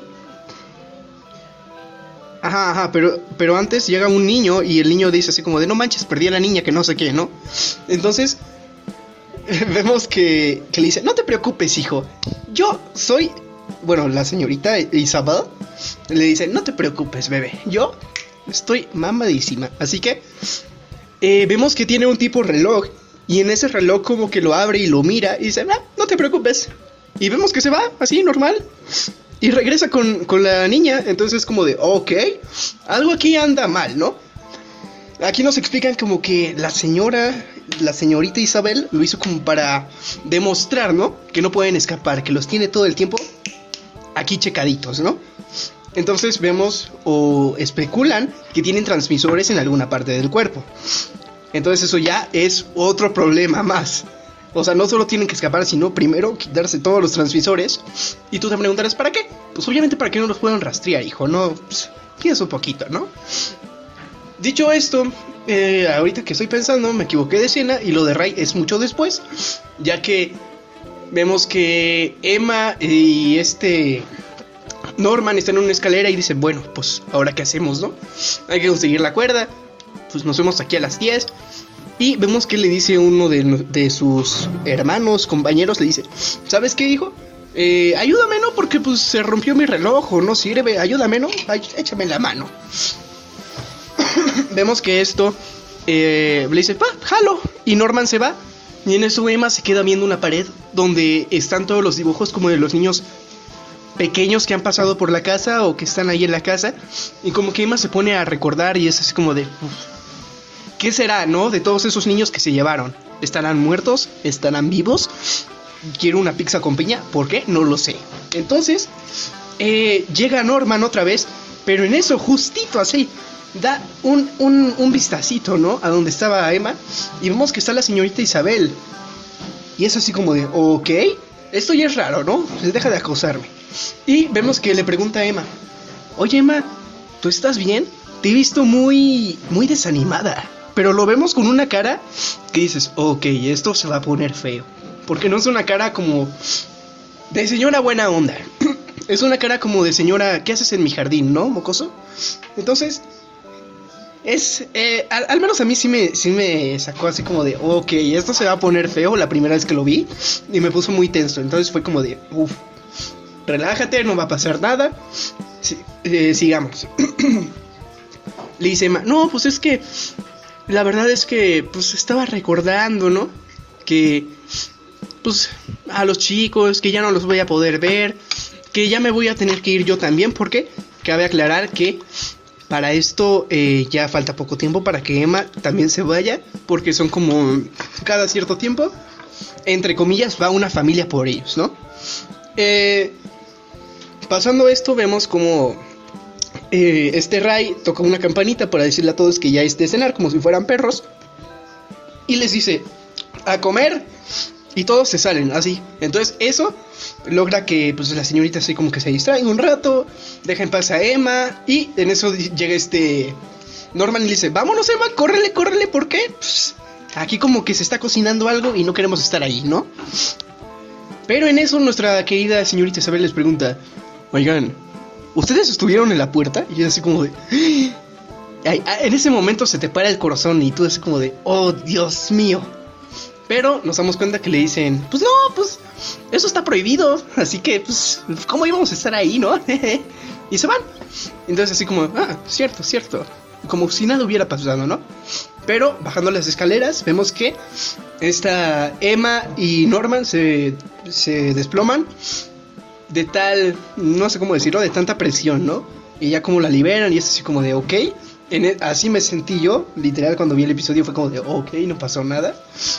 pero antes llega un niño y el niño dice así como de, no manches, perdí a la niña, que no sé qué, ¿no? Entonces vemos que le dice, no te preocupes, hijo, yo soy, bueno, la señorita Isabel le dice, no te preocupes, bebé, yo estoy mamadísima. Así que vemos que tiene un tipo reloj y en ese reloj como que lo abre y lo mira y dice, no te preocupes. Y vemos que se va así, normal. Y regresa con la niña. Entonces es como de, ok, algo aquí anda mal, ¿no? Aquí nos explican como que la señorita Isabel lo hizo como para demostrar, ¿no? Que no pueden escapar, que los tiene todo el tiempo aquí checaditos, ¿no? Entonces vemos o especulan que tienen transmisores en alguna parte del cuerpo. Entonces eso ya es otro problema más. O sea, no solo tienen que escapar, sino primero quitarse todos los transmisores. Y tú te preguntarás, ¿para qué? Pues obviamente para que no los puedan rastrear, hijo, ¿no? Pues, piensa un poquito, ¿no? Dicho esto, ahorita que estoy pensando, me equivoqué de escena. Y lo de Ray es mucho después, ya que vemos que Emma y Norman están en una escalera y dicen, bueno, pues ahora qué hacemos, ¿no? Hay que conseguir la cuerda. Pues nos vemos aquí a las 10. Y vemos que le dice uno de sus hermanos, compañeros, le dice, ¿sabes qué, hijo? Ayúdame, ¿no? Porque pues se rompió mi reloj o no sirve, ayúdame, ¿no? Échame la mano. Vemos que esto le dice, jalo. Y Norman se va. Y en eso Emma se queda viendo una pared donde están todos los dibujos como de los niños pequeños que han pasado por la casa o que están ahí en la casa. Y como que Emma se pone a recordar y es así como de, ¿qué será, no? De todos esos niños que se llevaron. ¿Estarán muertos? ¿Estarán vivos? Quiero una pizza con piña. ¿Por qué? No lo sé. Entonces llega Norman otra vez. Pero en eso, justito así, da un vistacito, ¿no? A donde estaba Emma. Y vemos que está la señorita Isabel. Y es así como de, ok, esto ya es raro, ¿no? Deja de acosarme. Y vemos que le pregunta a Emma, oye, Emma, ¿tú estás bien? Te he visto muy desanimada. Pero lo vemos con una cara que dices, ok, esto se va a poner feo. Porque no es una cara como de señora buena onda. Es una cara como de señora, ¿qué haces en mi jardín, no, mocoso? Entonces, al menos a mí sí me sacó así como de, ok, esto se va a poner feo la primera vez que lo vi. Y me puso muy tenso, entonces fue como de, relájate, no va a pasar nada. Sigamos. Le dice Emma, no, pues es que la verdad es que pues estaba recordando, ¿no? Que pues a los chicos, que ya no los voy a poder ver, que ya me voy a tener que ir yo también, porque cabe aclarar que para esto ya falta poco tiempo para que Emma también se vaya, porque son como cada cierto tiempo, entre comillas, va una familia por ellos, ¿no? Pasando esto, vemos como Ray toca una campanita para decirle a todos que ya es de cenar, como si fueran perros, y les dice, a comer, y todos se salen, así. Entonces eso logra que pues la señorita así como que se distraiga un rato, deja en paz a Emma, y en eso llega Norman y le dice, vámonos, Emma, córrele, ¿por qué? Pues, aquí como que se está cocinando algo y no queremos estar ahí, ¿no? Pero en eso nuestra querida señorita Isabel les pregunta, oigan, ¿ustedes estuvieron en la puerta? Y es así como de, en ese momento se te para el corazón y tú así como de, oh, Dios mío. Pero nos damos cuenta que le dicen, pues no, pues eso está prohibido, así que pues ¿cómo íbamos a estar ahí, no? Y se van. Entonces así como, cierto. como si nada hubiera pasado, ¿no? Pero bajando las escaleras vemos que esta Emma y Norman se desploman de tal, no sé cómo decirlo, de tanta presión, ¿no? Y ya como la liberan y es así como de ok. Así me sentí yo, literal, cuando vi el episodio fue como de ok, no pasó nada.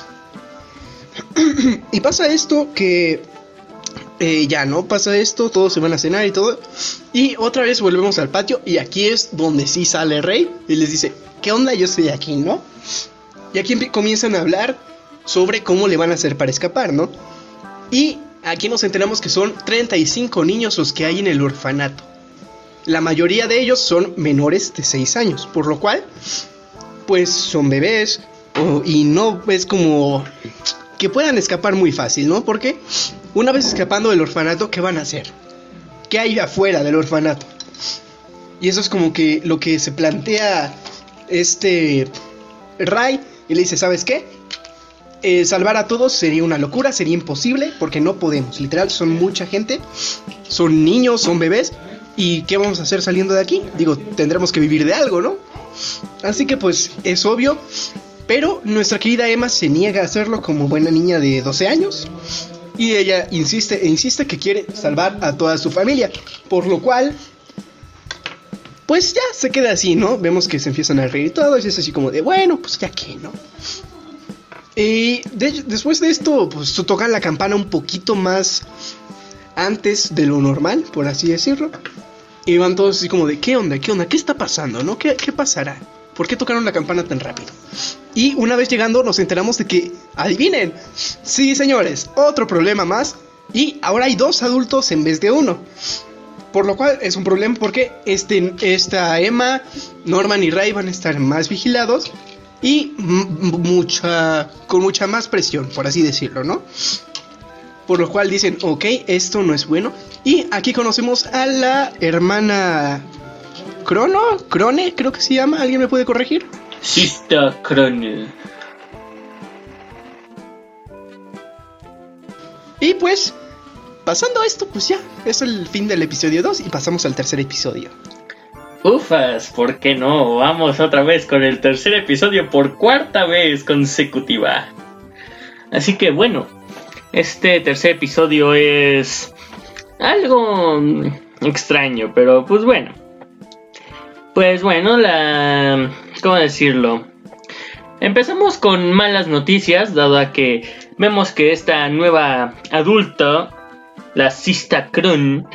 Y pasa esto que ya no pasa esto, todos se van a cenar y todo. Y otra vez volvemos al patio y aquí es donde sí sale Rey y les dice, ¿qué onda? Yo estoy aquí, ¿no? Y aquí comienzan a hablar sobre cómo le van a hacer para escapar, ¿no? Y aquí nos enteramos que son 35 niños los que hay en el orfanato. La mayoría de ellos son menores de 6 años, por lo cual, pues son bebés y no es como que puedan escapar muy fácil, ¿no? Porque una vez escapando del orfanato, ¿qué van a hacer? ¿Qué hay afuera del orfanato? Y eso es como que lo que se plantea Ray y le dice, ¿sabes qué? Salvar a todos sería una locura, sería imposible porque no podemos, literal, son mucha gente, son niños, son bebés. ¿Y qué vamos a hacer saliendo de aquí? Digo, tendremos que vivir de algo, ¿no? Así que pues es obvio. Pero nuestra querida Emma se niega a hacerlo como buena niña de 12 años. Y ella insiste que quiere salvar a toda su familia. Por lo cual, pues ya se queda así, ¿no? Vemos que se empiezan a reír y todo. Y es así como de, bueno, pues ya que, ¿no? Y después de esto, pues tocan la campana un poquito más antes de lo normal, por así decirlo. Y van todos así como de, ¿qué onda? ¿Qué está pasando? ¿No? ¿Qué pasará? ¿Por qué tocaron la campana tan rápido? Y una vez llegando nos enteramos de que, adivinen, sí señores, otro problema más. Y ahora hay 2 adultos en vez de 1. Por lo cual es un problema porque esta Emma, Norman y Ray van a estar más vigilados. Y con mucha más presión, por así decirlo, ¿no? Por lo cual dicen, ok, esto no es bueno. Y aquí conocemos a la hermana Crone, creo que se llama. ¿Alguien me puede corregir? Sister Crone. Y pues, pasando esto, pues ya, es el fin del episodio 2 y pasamos al tercer episodio. Ufas, ¿por qué no? Vamos otra vez con el tercer episodio por 4ª vez consecutiva. Así que bueno, este tercer episodio es algo extraño, pero pues bueno. Pues bueno, ¿cómo decirlo? Empezamos con malas noticias, dado a que vemos que esta nueva adulta, la Sister Crone,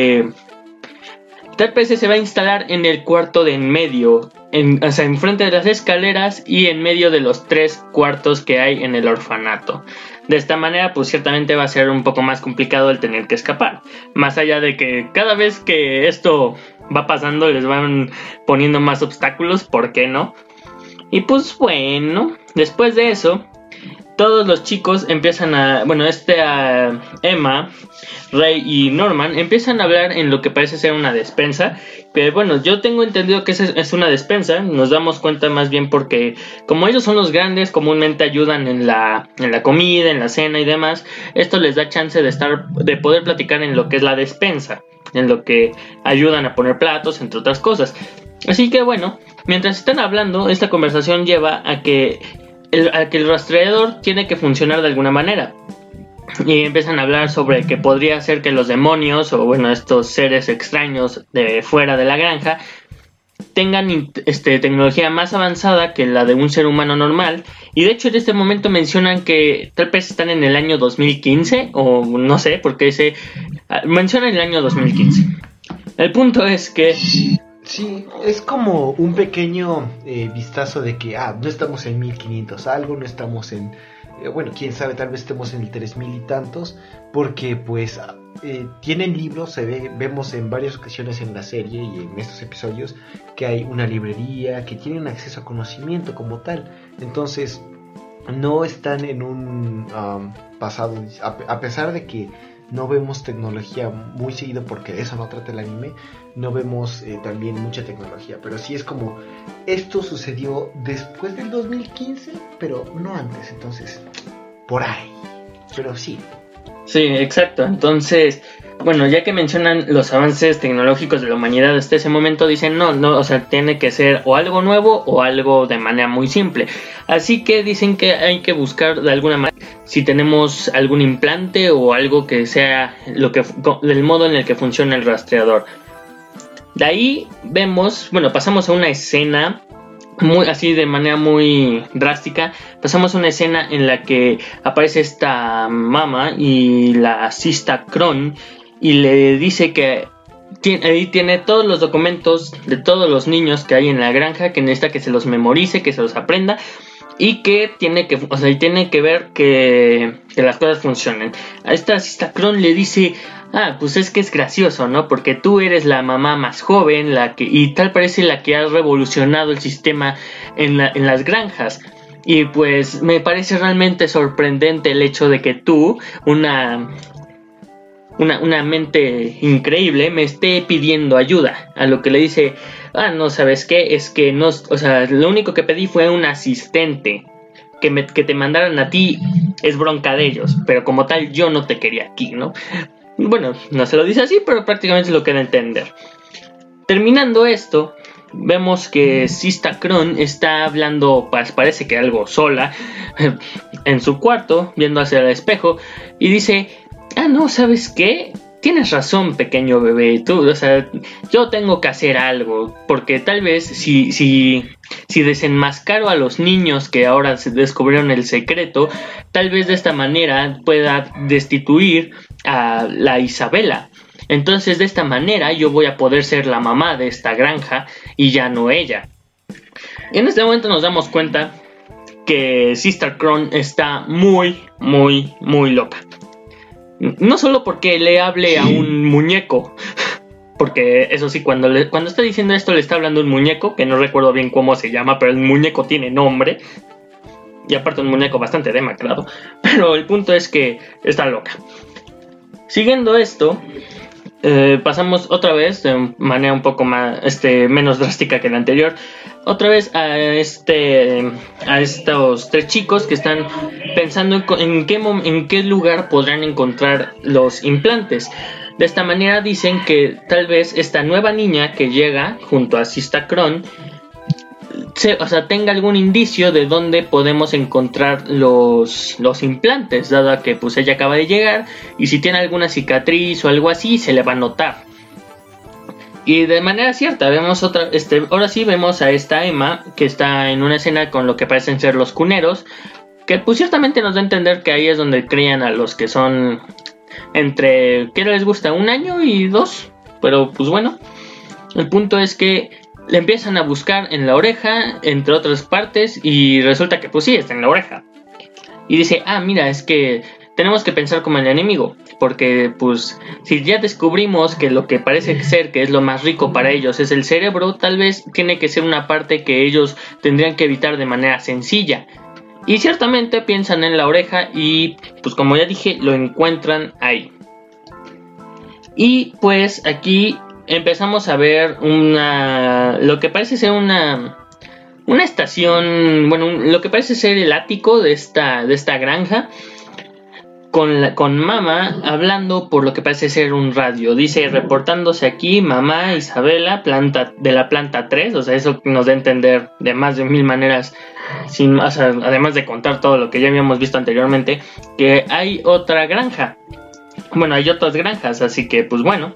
tal vez se va a instalar en el cuarto de en medio, o sea, enfrente de las escaleras y en medio de los 3 cuartos que hay en el orfanato. De esta manera, pues ciertamente va a ser un poco más complicado el tener que escapar. Más allá de que cada vez que esto va pasando les van poniendo más obstáculos, ¿por qué no? Y pues bueno, después de eso, todos los chicos empiezan Emma, Ray y Norman empiezan a hablar en lo que parece ser una despensa. Pero bueno, yo tengo entendido que es una despensa. Nos damos cuenta más bien porque como ellos son los grandes, comúnmente ayudan en la comida, en la cena y demás. Esto les da chance de poder platicar en lo que es la despensa, en lo que ayudan a poner platos, entre otras cosas. Así que bueno, mientras están hablando, esta conversación lleva a que el rastreador tiene que funcionar de alguna manera. Y empiezan a hablar sobre que podría ser que los demonios o bueno, estos seres extraños de fuera de la granja tengan tecnología más avanzada que la de un ser humano normal. Y de hecho en este momento mencionan que tal vez están en el año 2015 o no sé, porque mencionan el año 2015. El punto es que sí, es como un pequeño vistazo de que no estamos en 1500 algo, no estamos en bueno, quién sabe, tal vez estemos en el 3000 y tantos, porque pues tienen libros, vemos en varias ocasiones en la serie y en estos episodios que hay una librería, que tienen acceso a conocimiento como tal. Entonces no están en un pasado, a pesar de que no vemos tecnología muy seguido, porque de eso no trata el anime, no vemos también mucha tecnología, pero sí es como esto sucedió después del 2015, pero no antes, entonces por ahí, pero sí. Sí, exacto. Entonces, bueno, ya que mencionan los avances tecnológicos de la humanidad hasta ese momento, dicen no, o sea, tiene que ser o algo nuevo o algo de manera muy simple. Así que dicen que hay que buscar de alguna manera si tenemos algún implante o algo que sea del modo en el que funciona el rastreador. De ahí vemos, bueno, pasamos a una escena muy así de manera muy drástica. Pasamos a una escena en la que aparece esta mamá y la Sista Kron y le dice que ahí tiene todos los documentos de todos los niños que hay en la granja, que necesita que se los memorice, que se los aprenda y que tiene que ver que las cosas funcionen. A esta Sista Kron le dice: pues es que es gracioso, ¿no? Porque tú eres la mamá más joven, y tal parece la que ha revolucionado el sistema en las granjas. Y pues me parece realmente sorprendente el hecho de que tú, una mente increíble, me esté pidiendo ayuda. A lo que le dice: no, ¿sabes qué? Es que no, o sea, lo único que pedí fue un asistente. Que te mandaran a ti es bronca de ellos, pero como tal yo no te quería aquí, ¿no? Bueno, no se lo dice así, pero prácticamente lo queda entender. Terminando esto, vemos que Sista Kron está hablando, parece que algo sola, en su cuarto, viendo hacia el espejo, y dice: no, ¿sabes qué? Tienes razón, pequeño bebé. Tú, o sea, yo tengo que hacer algo, porque tal vez si desenmascaro a los niños que ahora se descubrieron el secreto, tal vez de esta manera pueda destituir a la Isabela. Entonces de esta manera yo voy a poder ser la mamá de esta granja y ya no ella. Y en este momento nos damos cuenta que Sista Kron está muy, muy, muy loca. No solo porque le hable a un muñeco, porque eso sí, cuando está diciendo esto le está hablando a un muñeco, que no recuerdo bien cómo se llama, pero el muñeco tiene nombre. Y aparte un muñeco bastante demacrado. Pero el punto es que está loca. Siguiendo esto, pasamos otra vez de manera un poco más menos drástica que la anterior. Otra vez a estos tres chicos que están pensando en qué lugar podrán encontrar los implantes. De esta manera dicen que tal vez esta nueva niña que llega junto a Sista Kron tenga algún indicio de dónde podemos encontrar los implantes, dado a que pues ella acaba de llegar y si tiene alguna cicatriz o algo así se le va a notar. Y de manera cierta vemos ahora sí vemos a esta Emma que está en una escena con lo que parecen ser los cuneros, que pues ciertamente nos da a entender que ahí es donde crían a los que son entre, ¿qué les gusta? 1 año y 2, pero pues bueno, el punto es que le empiezan a buscar en la oreja, entre otras partes, y resulta que pues sí, está en la oreja. Y dice: mira, es que tenemos que pensar como el enemigo, porque pues si ya descubrimos que lo que parece ser que es lo más rico para ellos es el cerebro, tal vez tiene que ser una parte que ellos tendrían que evitar de manera sencilla. Y ciertamente piensan en la oreja y pues como ya dije, lo encuentran ahí. Y pues aquí empezamos a ver lo que parece ser una estación, bueno, lo que parece ser el ático de esta granja, con mamá hablando por lo que parece ser un radio. Dice: reportándose aquí mamá Isabela, de la planta 3, o sea, eso nos da a entender de más de 1000 maneras, además de contar todo lo que ya habíamos visto anteriormente, que hay otra granja. Bueno, hay otras granjas, así que pues bueno.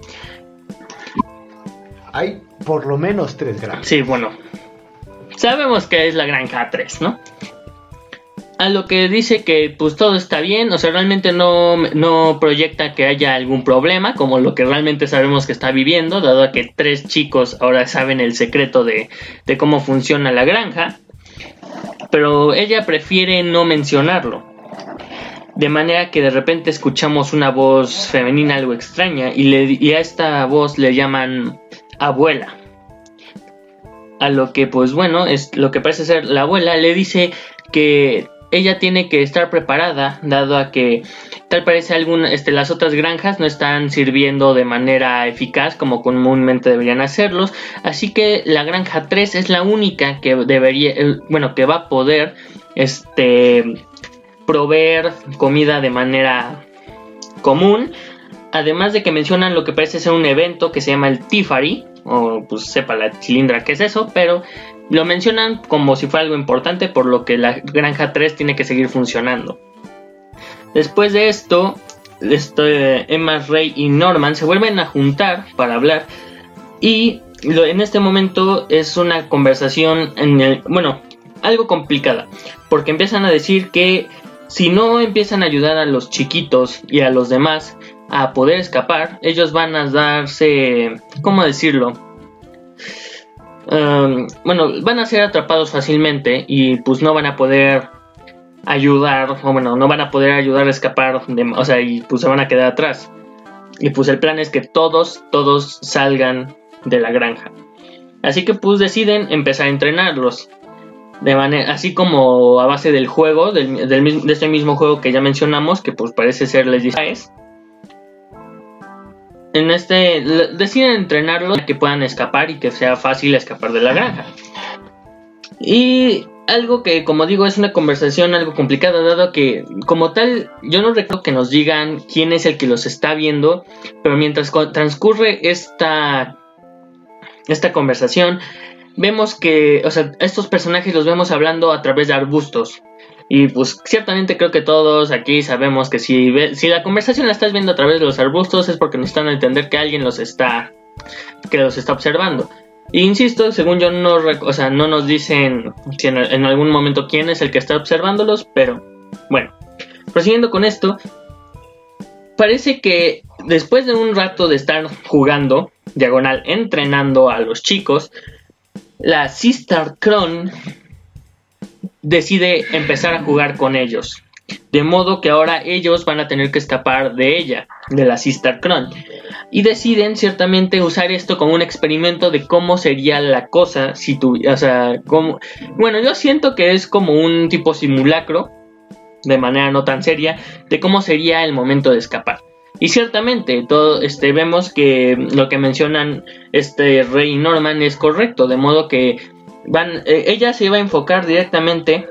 Hay por lo menos 3 granjas. Sí, bueno. Sabemos que es la granja 3, ¿no? A lo que dice que pues todo está bien, o sea, realmente no proyecta que haya algún problema, como lo que realmente sabemos que está viviendo, dado a que 3 chicos ahora saben el secreto de cómo funciona la granja, pero ella prefiere no mencionarlo. De manera que de repente escuchamos una voz femenina algo extraña y a esta voz le llaman abuela. A lo que pues bueno, es lo que parece ser la abuela le dice que ella tiene que estar preparada, dado a que tal parece las otras granjas no están sirviendo de manera eficaz como comúnmente deberían hacerlos, así que la granja 3 es la única que que va a poder proveer comida de manera común Además de que mencionan lo que parece ser un evento que se llama el Tifari, o pues sepa la chilindra qué es eso, pero lo mencionan como si fuera algo importante, por lo que la Granja 3 tiene que seguir funcionando. Después de esto, Emma, Ray y Norman se vuelven a juntar para hablar, y en este momento es una conversación algo complicada, porque empiezan a decir que si no empiezan a ayudar a los chiquitos y a los demás a poder escapar, ellos van a darse, ¿cómo decirlo? Van a ser atrapados fácilmente y pues no van a poder ayudar, no van a poder ayudar a escapar, y pues se van a quedar atrás. Y pues el plan es que todos salgan de la granja. Así que pues deciden empezar a entrenarlos. De manera, así como a base del juego, de este mismo juego que ya mencionamos, que pues parece ser Les Disguise. Deciden entrenarlos para que puedan escapar y que sea fácil escapar de la granja. Y algo que, como digo, es una conversación algo complicada, dado que, como tal, yo no recuerdo que nos digan quién es el que los está viendo, pero mientras transcurre esta conversación, vemos que, estos personajes los vemos hablando a través de arbustos. Y pues ciertamente creo que todos aquí sabemos que si la conversación la estás viendo a través de los arbustos es porque necesitan entender que alguien los está observando. E insisto, según yo no nos dicen si en algún momento quién es el que está observándolos, pero bueno, prosiguiendo con esto, parece que después de un rato de estar jugando, entrenando a los chicos, la Sister Krone decide empezar a jugar con ellos, de modo que ahora ellos van a tener que escapar de ella, de la Sister Krone, y deciden ciertamente usar esto como un experimento de cómo sería la cosa si yo siento que es como un tipo simulacro, de manera no tan seria, de cómo sería el momento de escapar. Y ciertamente vemos que lo que mencionan Ray y Norman es correcto, de modo que ella se iba a enfocar directamente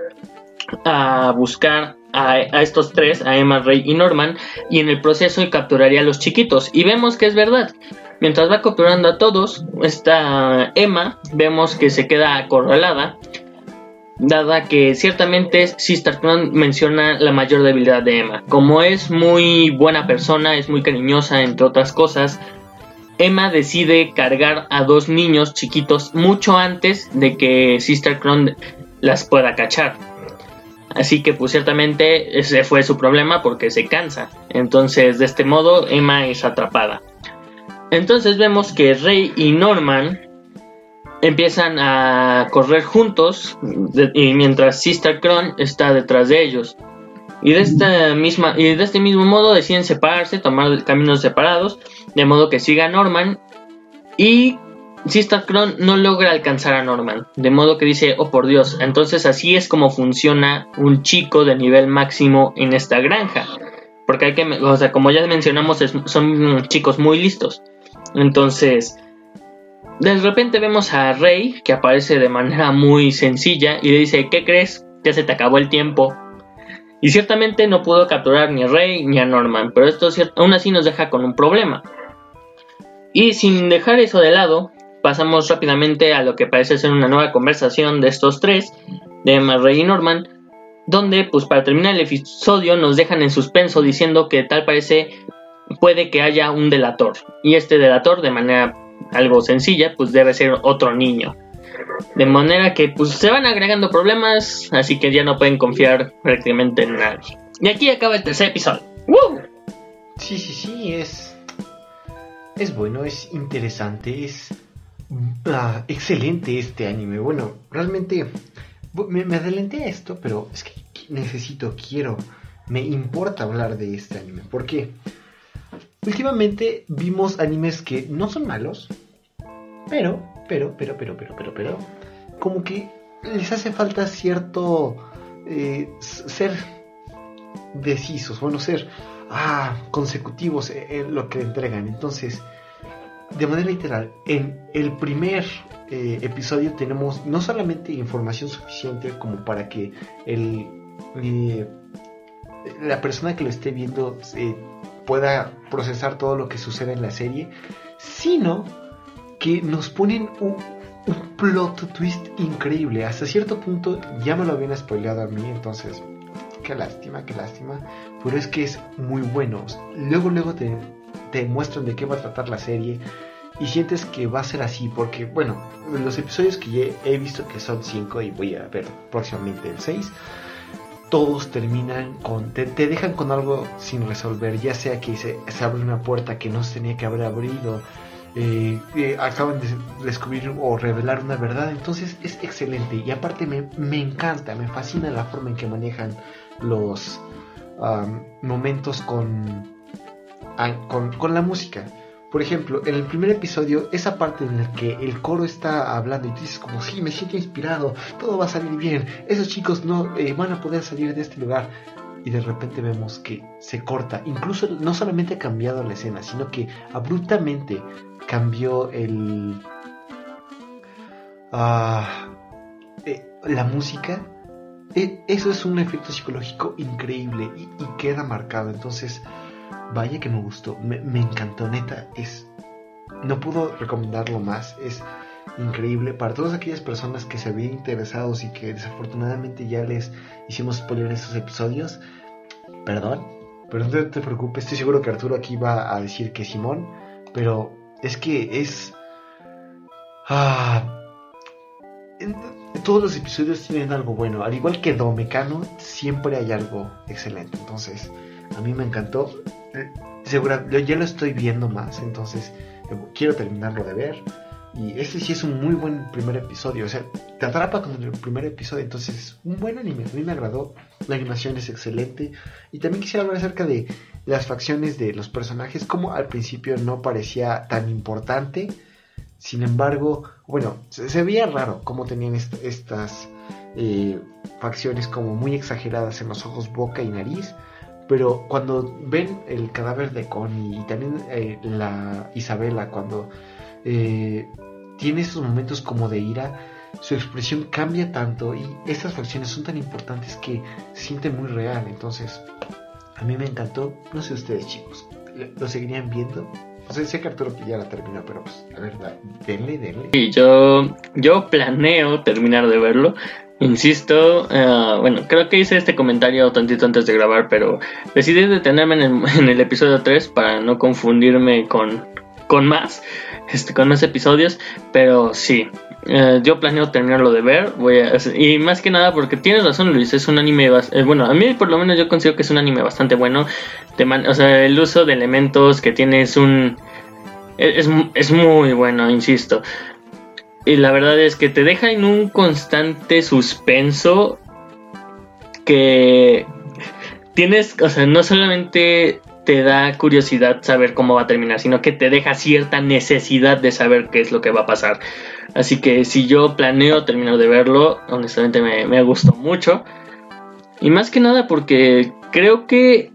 a buscar a estos tres, a Emma, Ray y Norman, y en el proceso capturaría a los chiquitos. Y vemos que es verdad. Mientras va capturando a todos, esta Emma vemos que se queda acorralada, dada que ciertamente Sister Krone menciona la mayor debilidad de Emma. Como es muy buena persona, es muy cariñosa, entre otras cosas, Emma decide cargar a dos niños chiquitos mucho antes de que Sister Krone las pueda cachar. Así que pues ciertamente ese fue su problema, porque se cansa. Entonces de este modo Emma es atrapada. Entonces vemos que Ray y Norman empiezan a correr juntos, y mientras Sister Krone está detrás de ellos. Y de este mismo modo deciden separarse, tomar caminos separados, de modo que siga a Norman, y Sister Krone no logra alcanzar a Norman, de modo que dice, oh por Dios, entonces así es como funciona un chico de nivel máximo en esta granja, porque como ya mencionamos, son chicos muy listos. Entonces de repente vemos a Ray, que aparece de manera muy sencilla, y le dice, ¿qué crees? Ya se te acabó el tiempo. Y ciertamente no pudo capturar ni a Ray ni a Norman, pero esto aún así nos deja con un problema. Y sin dejar eso de lado, pasamos rápidamente a lo que parece ser una nueva conversación de estos tres, de Emma, Ray y Norman, donde pues para terminar el episodio nos dejan en suspenso diciendo que tal parece puede que haya un delator, y este delator, de manera algo sencilla, pues debe ser otro niño. De manera que pues se van agregando problemas, así que ya no pueden confiar prácticamente en nadie. Y aquí acaba el tercer episodio. ¡Woo! Sí, es bueno, es interesante, es excelente este anime. Bueno, realmente me adelanté a esto, pero es que me importa hablar de este anime. ¿Por qué? Últimamente vimos animes que no son malos, pero como que les hace falta cierto ser decisos, ser consecutivos en lo que entregan. Entonces, de manera literal, en el primer episodio tenemos no solamente información suficiente como para que la persona que lo esté viendo pueda procesar todo lo que sucede en la serie, sino que nos ponen un plot twist increíble. Hasta cierto punto ya me lo habían spoileado a mí, entonces qué lástima, pero es que es muy bueno. Luego te muestran de qué va a tratar la serie y sientes que va a ser así, porque bueno, los episodios que ya he visto, que son 5 y voy a ver próximamente el 6, todos terminan con, te dejan con algo sin resolver, ya sea que se abre una puerta que no se tenía que haber abrido, acaban de descubrir o revelar una verdad. Entonces es excelente, y aparte me encanta, me fascina la forma en que manejan los momentos con la música. Por ejemplo, en el primer episodio, esa parte en la que el coro está hablando y tú dices como, sí, me siento inspirado, todo va a salir bien, esos chicos no van a poder salir de este lugar. Y de repente vemos que se corta. Incluso no solamente ha cambiado la escena, sino que abruptamente cambió la música. Eso es un efecto psicológico increíble y queda marcado. Entonces, vaya que me gustó, me encantó, neta. No puedo recomendarlo más. Es increíble para todas aquellas personas que se habían interesados y que desafortunadamente ya les hicimos spoiler en estos episodios. Perdón, pero no te preocupes, estoy seguro que Arturo aquí va a decir que Simón, pero es que todos los episodios tienen algo bueno, al igual que Domecano, siempre hay algo excelente. Entonces a mí me encantó. Yo ya lo estoy viendo más, entonces quiero terminarlo de ver. Y este sí es un muy buen primer episodio. O sea, te atrapa como en el primer episodio. Entonces es un buen anime. A mí me agradó. La animación es excelente. Y también quisiera hablar acerca de las facciones de los personajes. Como al principio no parecía tan importante. Sin embargo, bueno, se veía raro cómo tenían estas facciones como muy exageradas en los ojos, boca y nariz. Pero cuando ven el cadáver de Connie y también la Isabela, cuando tiene esos momentos como de ira, su expresión cambia tanto y estas facciones son tan importantes que se siente muy real. Entonces a mí me encantó. No sé ustedes, chicos, ¿lo seguirían viendo? O sea, sé que Arturo ya la terminó, pero pues a ver, denle. Sí, yo planeo terminar de verlo. Insisto, bueno, creo que hice este comentario tantito antes de grabar, pero decidí detenerme en el episodio 3 para no confundirme con más episodios. Pero sí, yo planeo terminarlo de ver. Y más que nada porque tienes razón, Luis, es un anime bueno, a mí por lo menos yo considero que es un anime bastante bueno. O sea, el uso de elementos que tiene es muy bueno, insisto. Y la verdad es que te deja en un constante suspenso que tienes, o sea, no solamente te da curiosidad saber cómo va a terminar, sino que te deja cierta necesidad de saber qué es lo que va a pasar. Así que si yo planeo terminar de verlo, honestamente me gustó mucho. Y más que nada porque creo que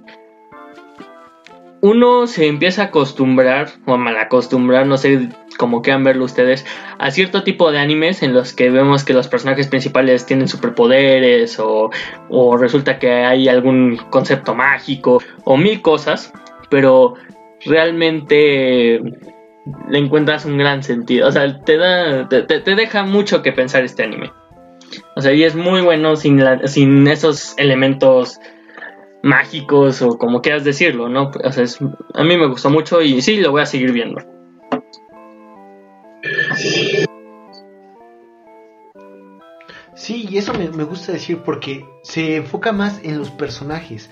uno se empieza a acostumbrar, o a malacostumbrar, no sé cómo quieran verlo ustedes, a cierto tipo de animes en los que vemos que los personajes principales tienen superpoderes o resulta que hay algún concepto mágico o mil cosas, pero realmente le encuentras un gran sentido. O sea, te deja mucho que pensar este anime. O sea, y es muy bueno sin esos elementos mágicos o como quieras decirlo, ¿no? O sea, a mí me gustó mucho y sí, lo voy a seguir viendo. Sí, y eso me gusta decir porque se enfoca más en los personajes.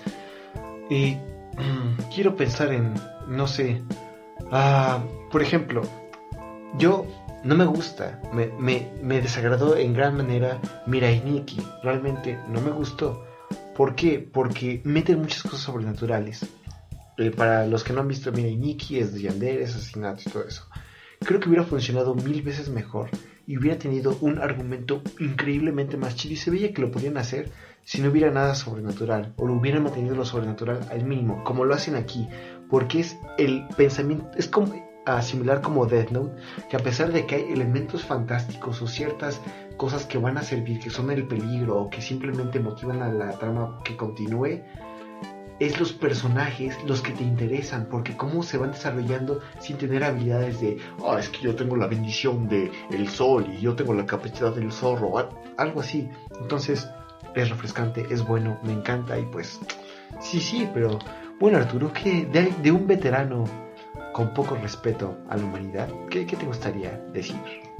Quiero pensar en, no sé, por ejemplo, yo no me gusta, me desagradó en gran manera Mirai Nikki. Realmente no me gustó. ¿Por qué? Porque meten muchas cosas sobrenaturales. Para los que no han visto Mirai Nikki, es de yandere, asesinatos y todo eso. Creo que hubiera funcionado 1000 veces mejor y hubiera tenido un argumento increíblemente más chido, y se veía que lo podían hacer si no hubiera nada sobrenatural, o lo hubieran mantenido lo sobrenatural al mínimo, como lo hacen aquí, porque es el pensamiento, es como similar como Death Note, que a pesar de que hay elementos fantásticos o ciertas cosas que van a servir, que son el peligro o que simplemente motivan a la trama que continúe, es los personajes los que te interesan, porque cómo se van desarrollando sin tener habilidades de, es que yo tengo la bendición de el sol y yo tengo la capacidad del zorro, algo así. Entonces es refrescante, es bueno, me encanta y pues sí, pero bueno, Arturo, que de un veterano con poco respeto a la humanidad, ¿qué te gustaría decir?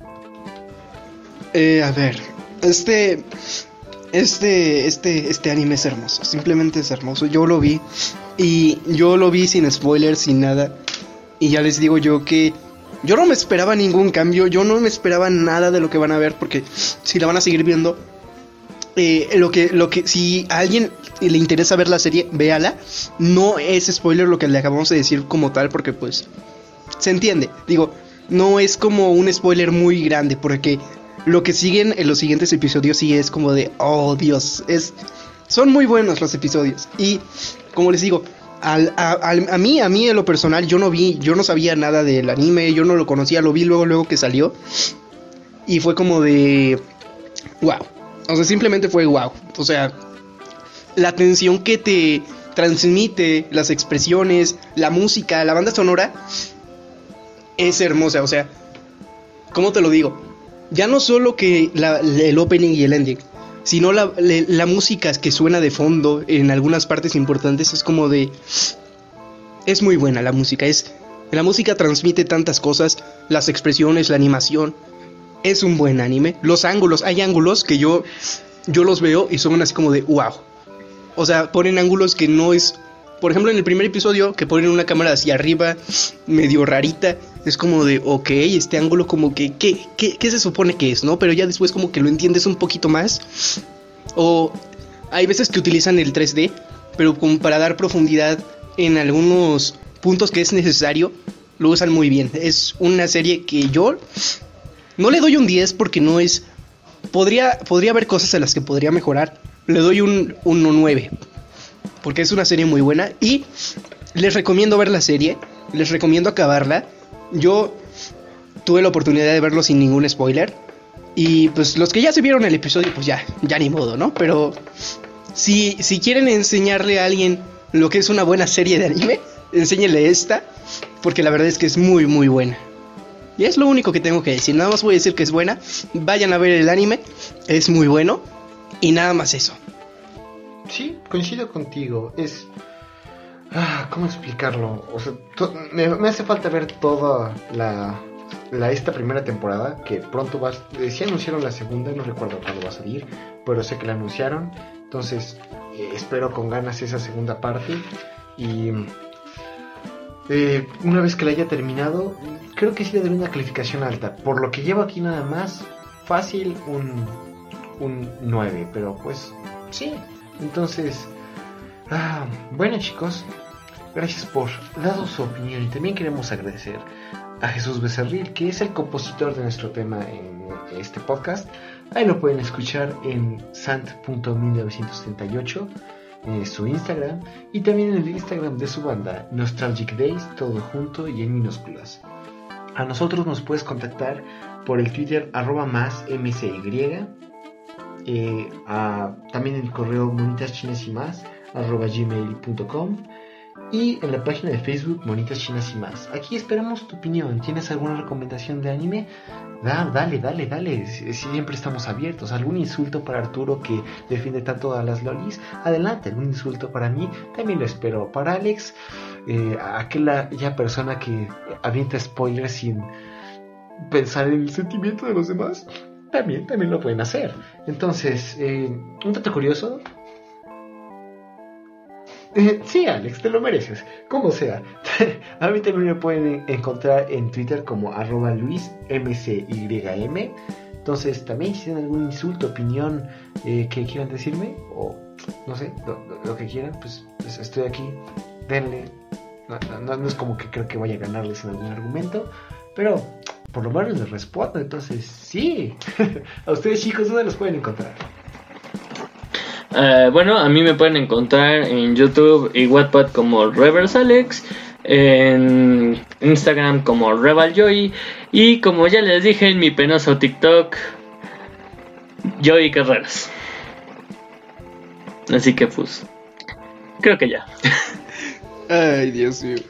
A ver, este anime es hermoso, simplemente es hermoso. Yo lo vi sin spoilers, sin nada. Y ya les digo yo que yo no me esperaba ningún cambio, yo no me esperaba nada de lo que van a ver, porque si la van a seguir viendo, lo que si a alguien le interesa ver la serie, véala. No es spoiler lo que le acabamos de decir como tal, porque pues se entiende. Digo, no es como un spoiler muy grande, porque lo que siguen en los siguientes episodios sí es como de, oh Dios, son muy buenos los episodios. Y como les digo, a mí en lo personal, yo no sabía nada del anime, yo no lo conocía, lo vi luego que salió. Y fue como de, wow. O sea, simplemente fue wow. O sea, la tensión que te transmite, las expresiones, la música, la banda sonora es hermosa. O sea, ¿cómo te lo digo? Ya no solo que el opening y el ending, sino la música que suena de fondo en algunas partes importantes. Es como de, es muy buena la música. La música transmite tantas cosas, las expresiones, la animación. Es un buen anime. Los ángulos, hay ángulos que yo los veo y son así como de wow. O sea, ponen ángulos que no es, por ejemplo, en el primer episodio, que ponen una cámara hacia arriba, medio rarita. Es como de, ok, este ángulo como que, ¿qué se supone que es, no? Pero ya después como que lo entiendes un poquito más. O hay veces que utilizan el 3D, pero como para dar profundidad en algunos puntos que es necesario, lo usan muy bien. Es una serie que yo no le doy un 10 porque no es... Podría haber cosas en las que podría mejorar. Le doy un 9. Porque es una serie muy buena. Y les recomiendo ver la serie. Les recomiendo acabarla. Yo tuve la oportunidad de verlo sin ningún spoiler. Y pues los que ya se vieron el episodio, pues ya ni modo, ¿no? Pero si quieren enseñarle a alguien lo que es una buena serie de anime, enséñenle esta. Porque la verdad es que es muy muy buena. Y es lo único que tengo que decir. Nada más voy a decir que es buena. Vayan a ver el anime. Es muy bueno. Y nada más eso. Sí, coincido contigo. Es... ¿cómo explicarlo? O sea, me hace falta ver toda esta primera temporada. Que pronto va... sí anunciaron la segunda. No recuerdo cuándo va a salir. Pero sé que la anunciaron. Entonces espero con ganas esa segunda parte. Y... una vez que la haya terminado, creo que sí le daré una calificación alta. Por lo que llevo aquí nada más, fácil un 9. Pero pues sí. Entonces, bueno chicos, gracias por dar su opinión. Y también queremos agradecer a Jesús Becerril, que es el compositor de nuestro tema en este podcast. Ahí lo pueden escuchar en sant.1978, su Instagram, y también en el Instagram de su banda Nostalgic Days, todo junto y en minúsculas. A nosotros nos puedes contactar por el Twitter @másmcy, también en el correo monitaschinasymas@gmail.com, y en la página de Facebook Monitas Chinas y Más. Aquí esperamos tu opinión. ¿Tienes alguna recomendación de anime? Dale. Siempre estamos abiertos. ¿Algún insulto para Arturo, que defiende tanto a las lolis? Adelante. ¿Algún insulto para mí? También lo espero. Para Alex, aquella persona que avienta spoilers sin pensar en el sentimiento de los demás, también lo pueden hacer. Entonces, un dato curioso. Sí, Alex, te lo mereces. Como sea. A mí también me pueden encontrar en Twitter como @LuisMCYM. Entonces, también si tienen algún insulto, opinión que quieran decirme, o no sé, lo que quieran, pues estoy aquí. Denle. No es como que creo que vaya a ganarles en algún argumento, pero por lo menos les respondo. Entonces, sí. A ustedes, chicos, ¿dónde los pueden encontrar? Bueno, a mí me pueden encontrar en YouTube y Wattpad como ReversAlex, en Instagram como RevalJoy, y como ya les dije en mi penoso TikTok, Joey Carreras. Así que pues, Creo que ya. Ay, Dios mío.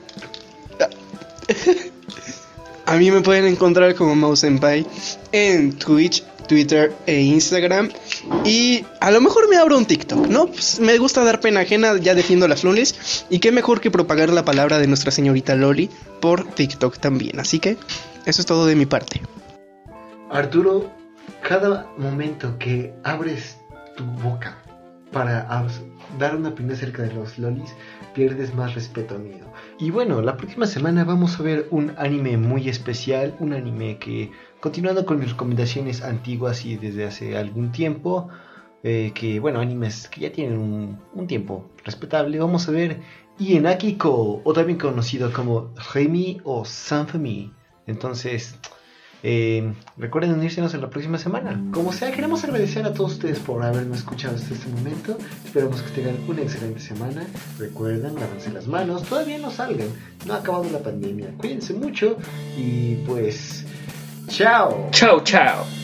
A mí me pueden encontrar como Mausenpai en Twitch, Twitter e Instagram. Y a lo mejor me abro un TikTok, ¿no? Pues me gusta dar pena ajena, ya defiendo las lolis. Y qué mejor que propagar la palabra de nuestra señorita Loli por TikTok también. Así que eso es todo de mi parte. Arturo, cada momento que abres tu boca para dar una opinión acerca de los lolis, pierdes más respeto mío. Y bueno, la próxima semana vamos a ver un anime muy especial, un anime que, continuando con mis recomendaciones antiguas y desde hace algún tiempo, que bueno, animes que ya tienen un tiempo respetable, vamos a ver Ien Akiko, o también conocido como Remy o Sanfami. Entonces, recuerden unírsenos en la próxima semana. Como sea, queremos agradecer a todos ustedes por habernos escuchado hasta este momento. Esperamos que tengan una excelente semana. Recuerden, lávense las manos, todavía no salgan, no ha acabado la pandemia. Cuídense mucho y pues, chao. Chao, chao.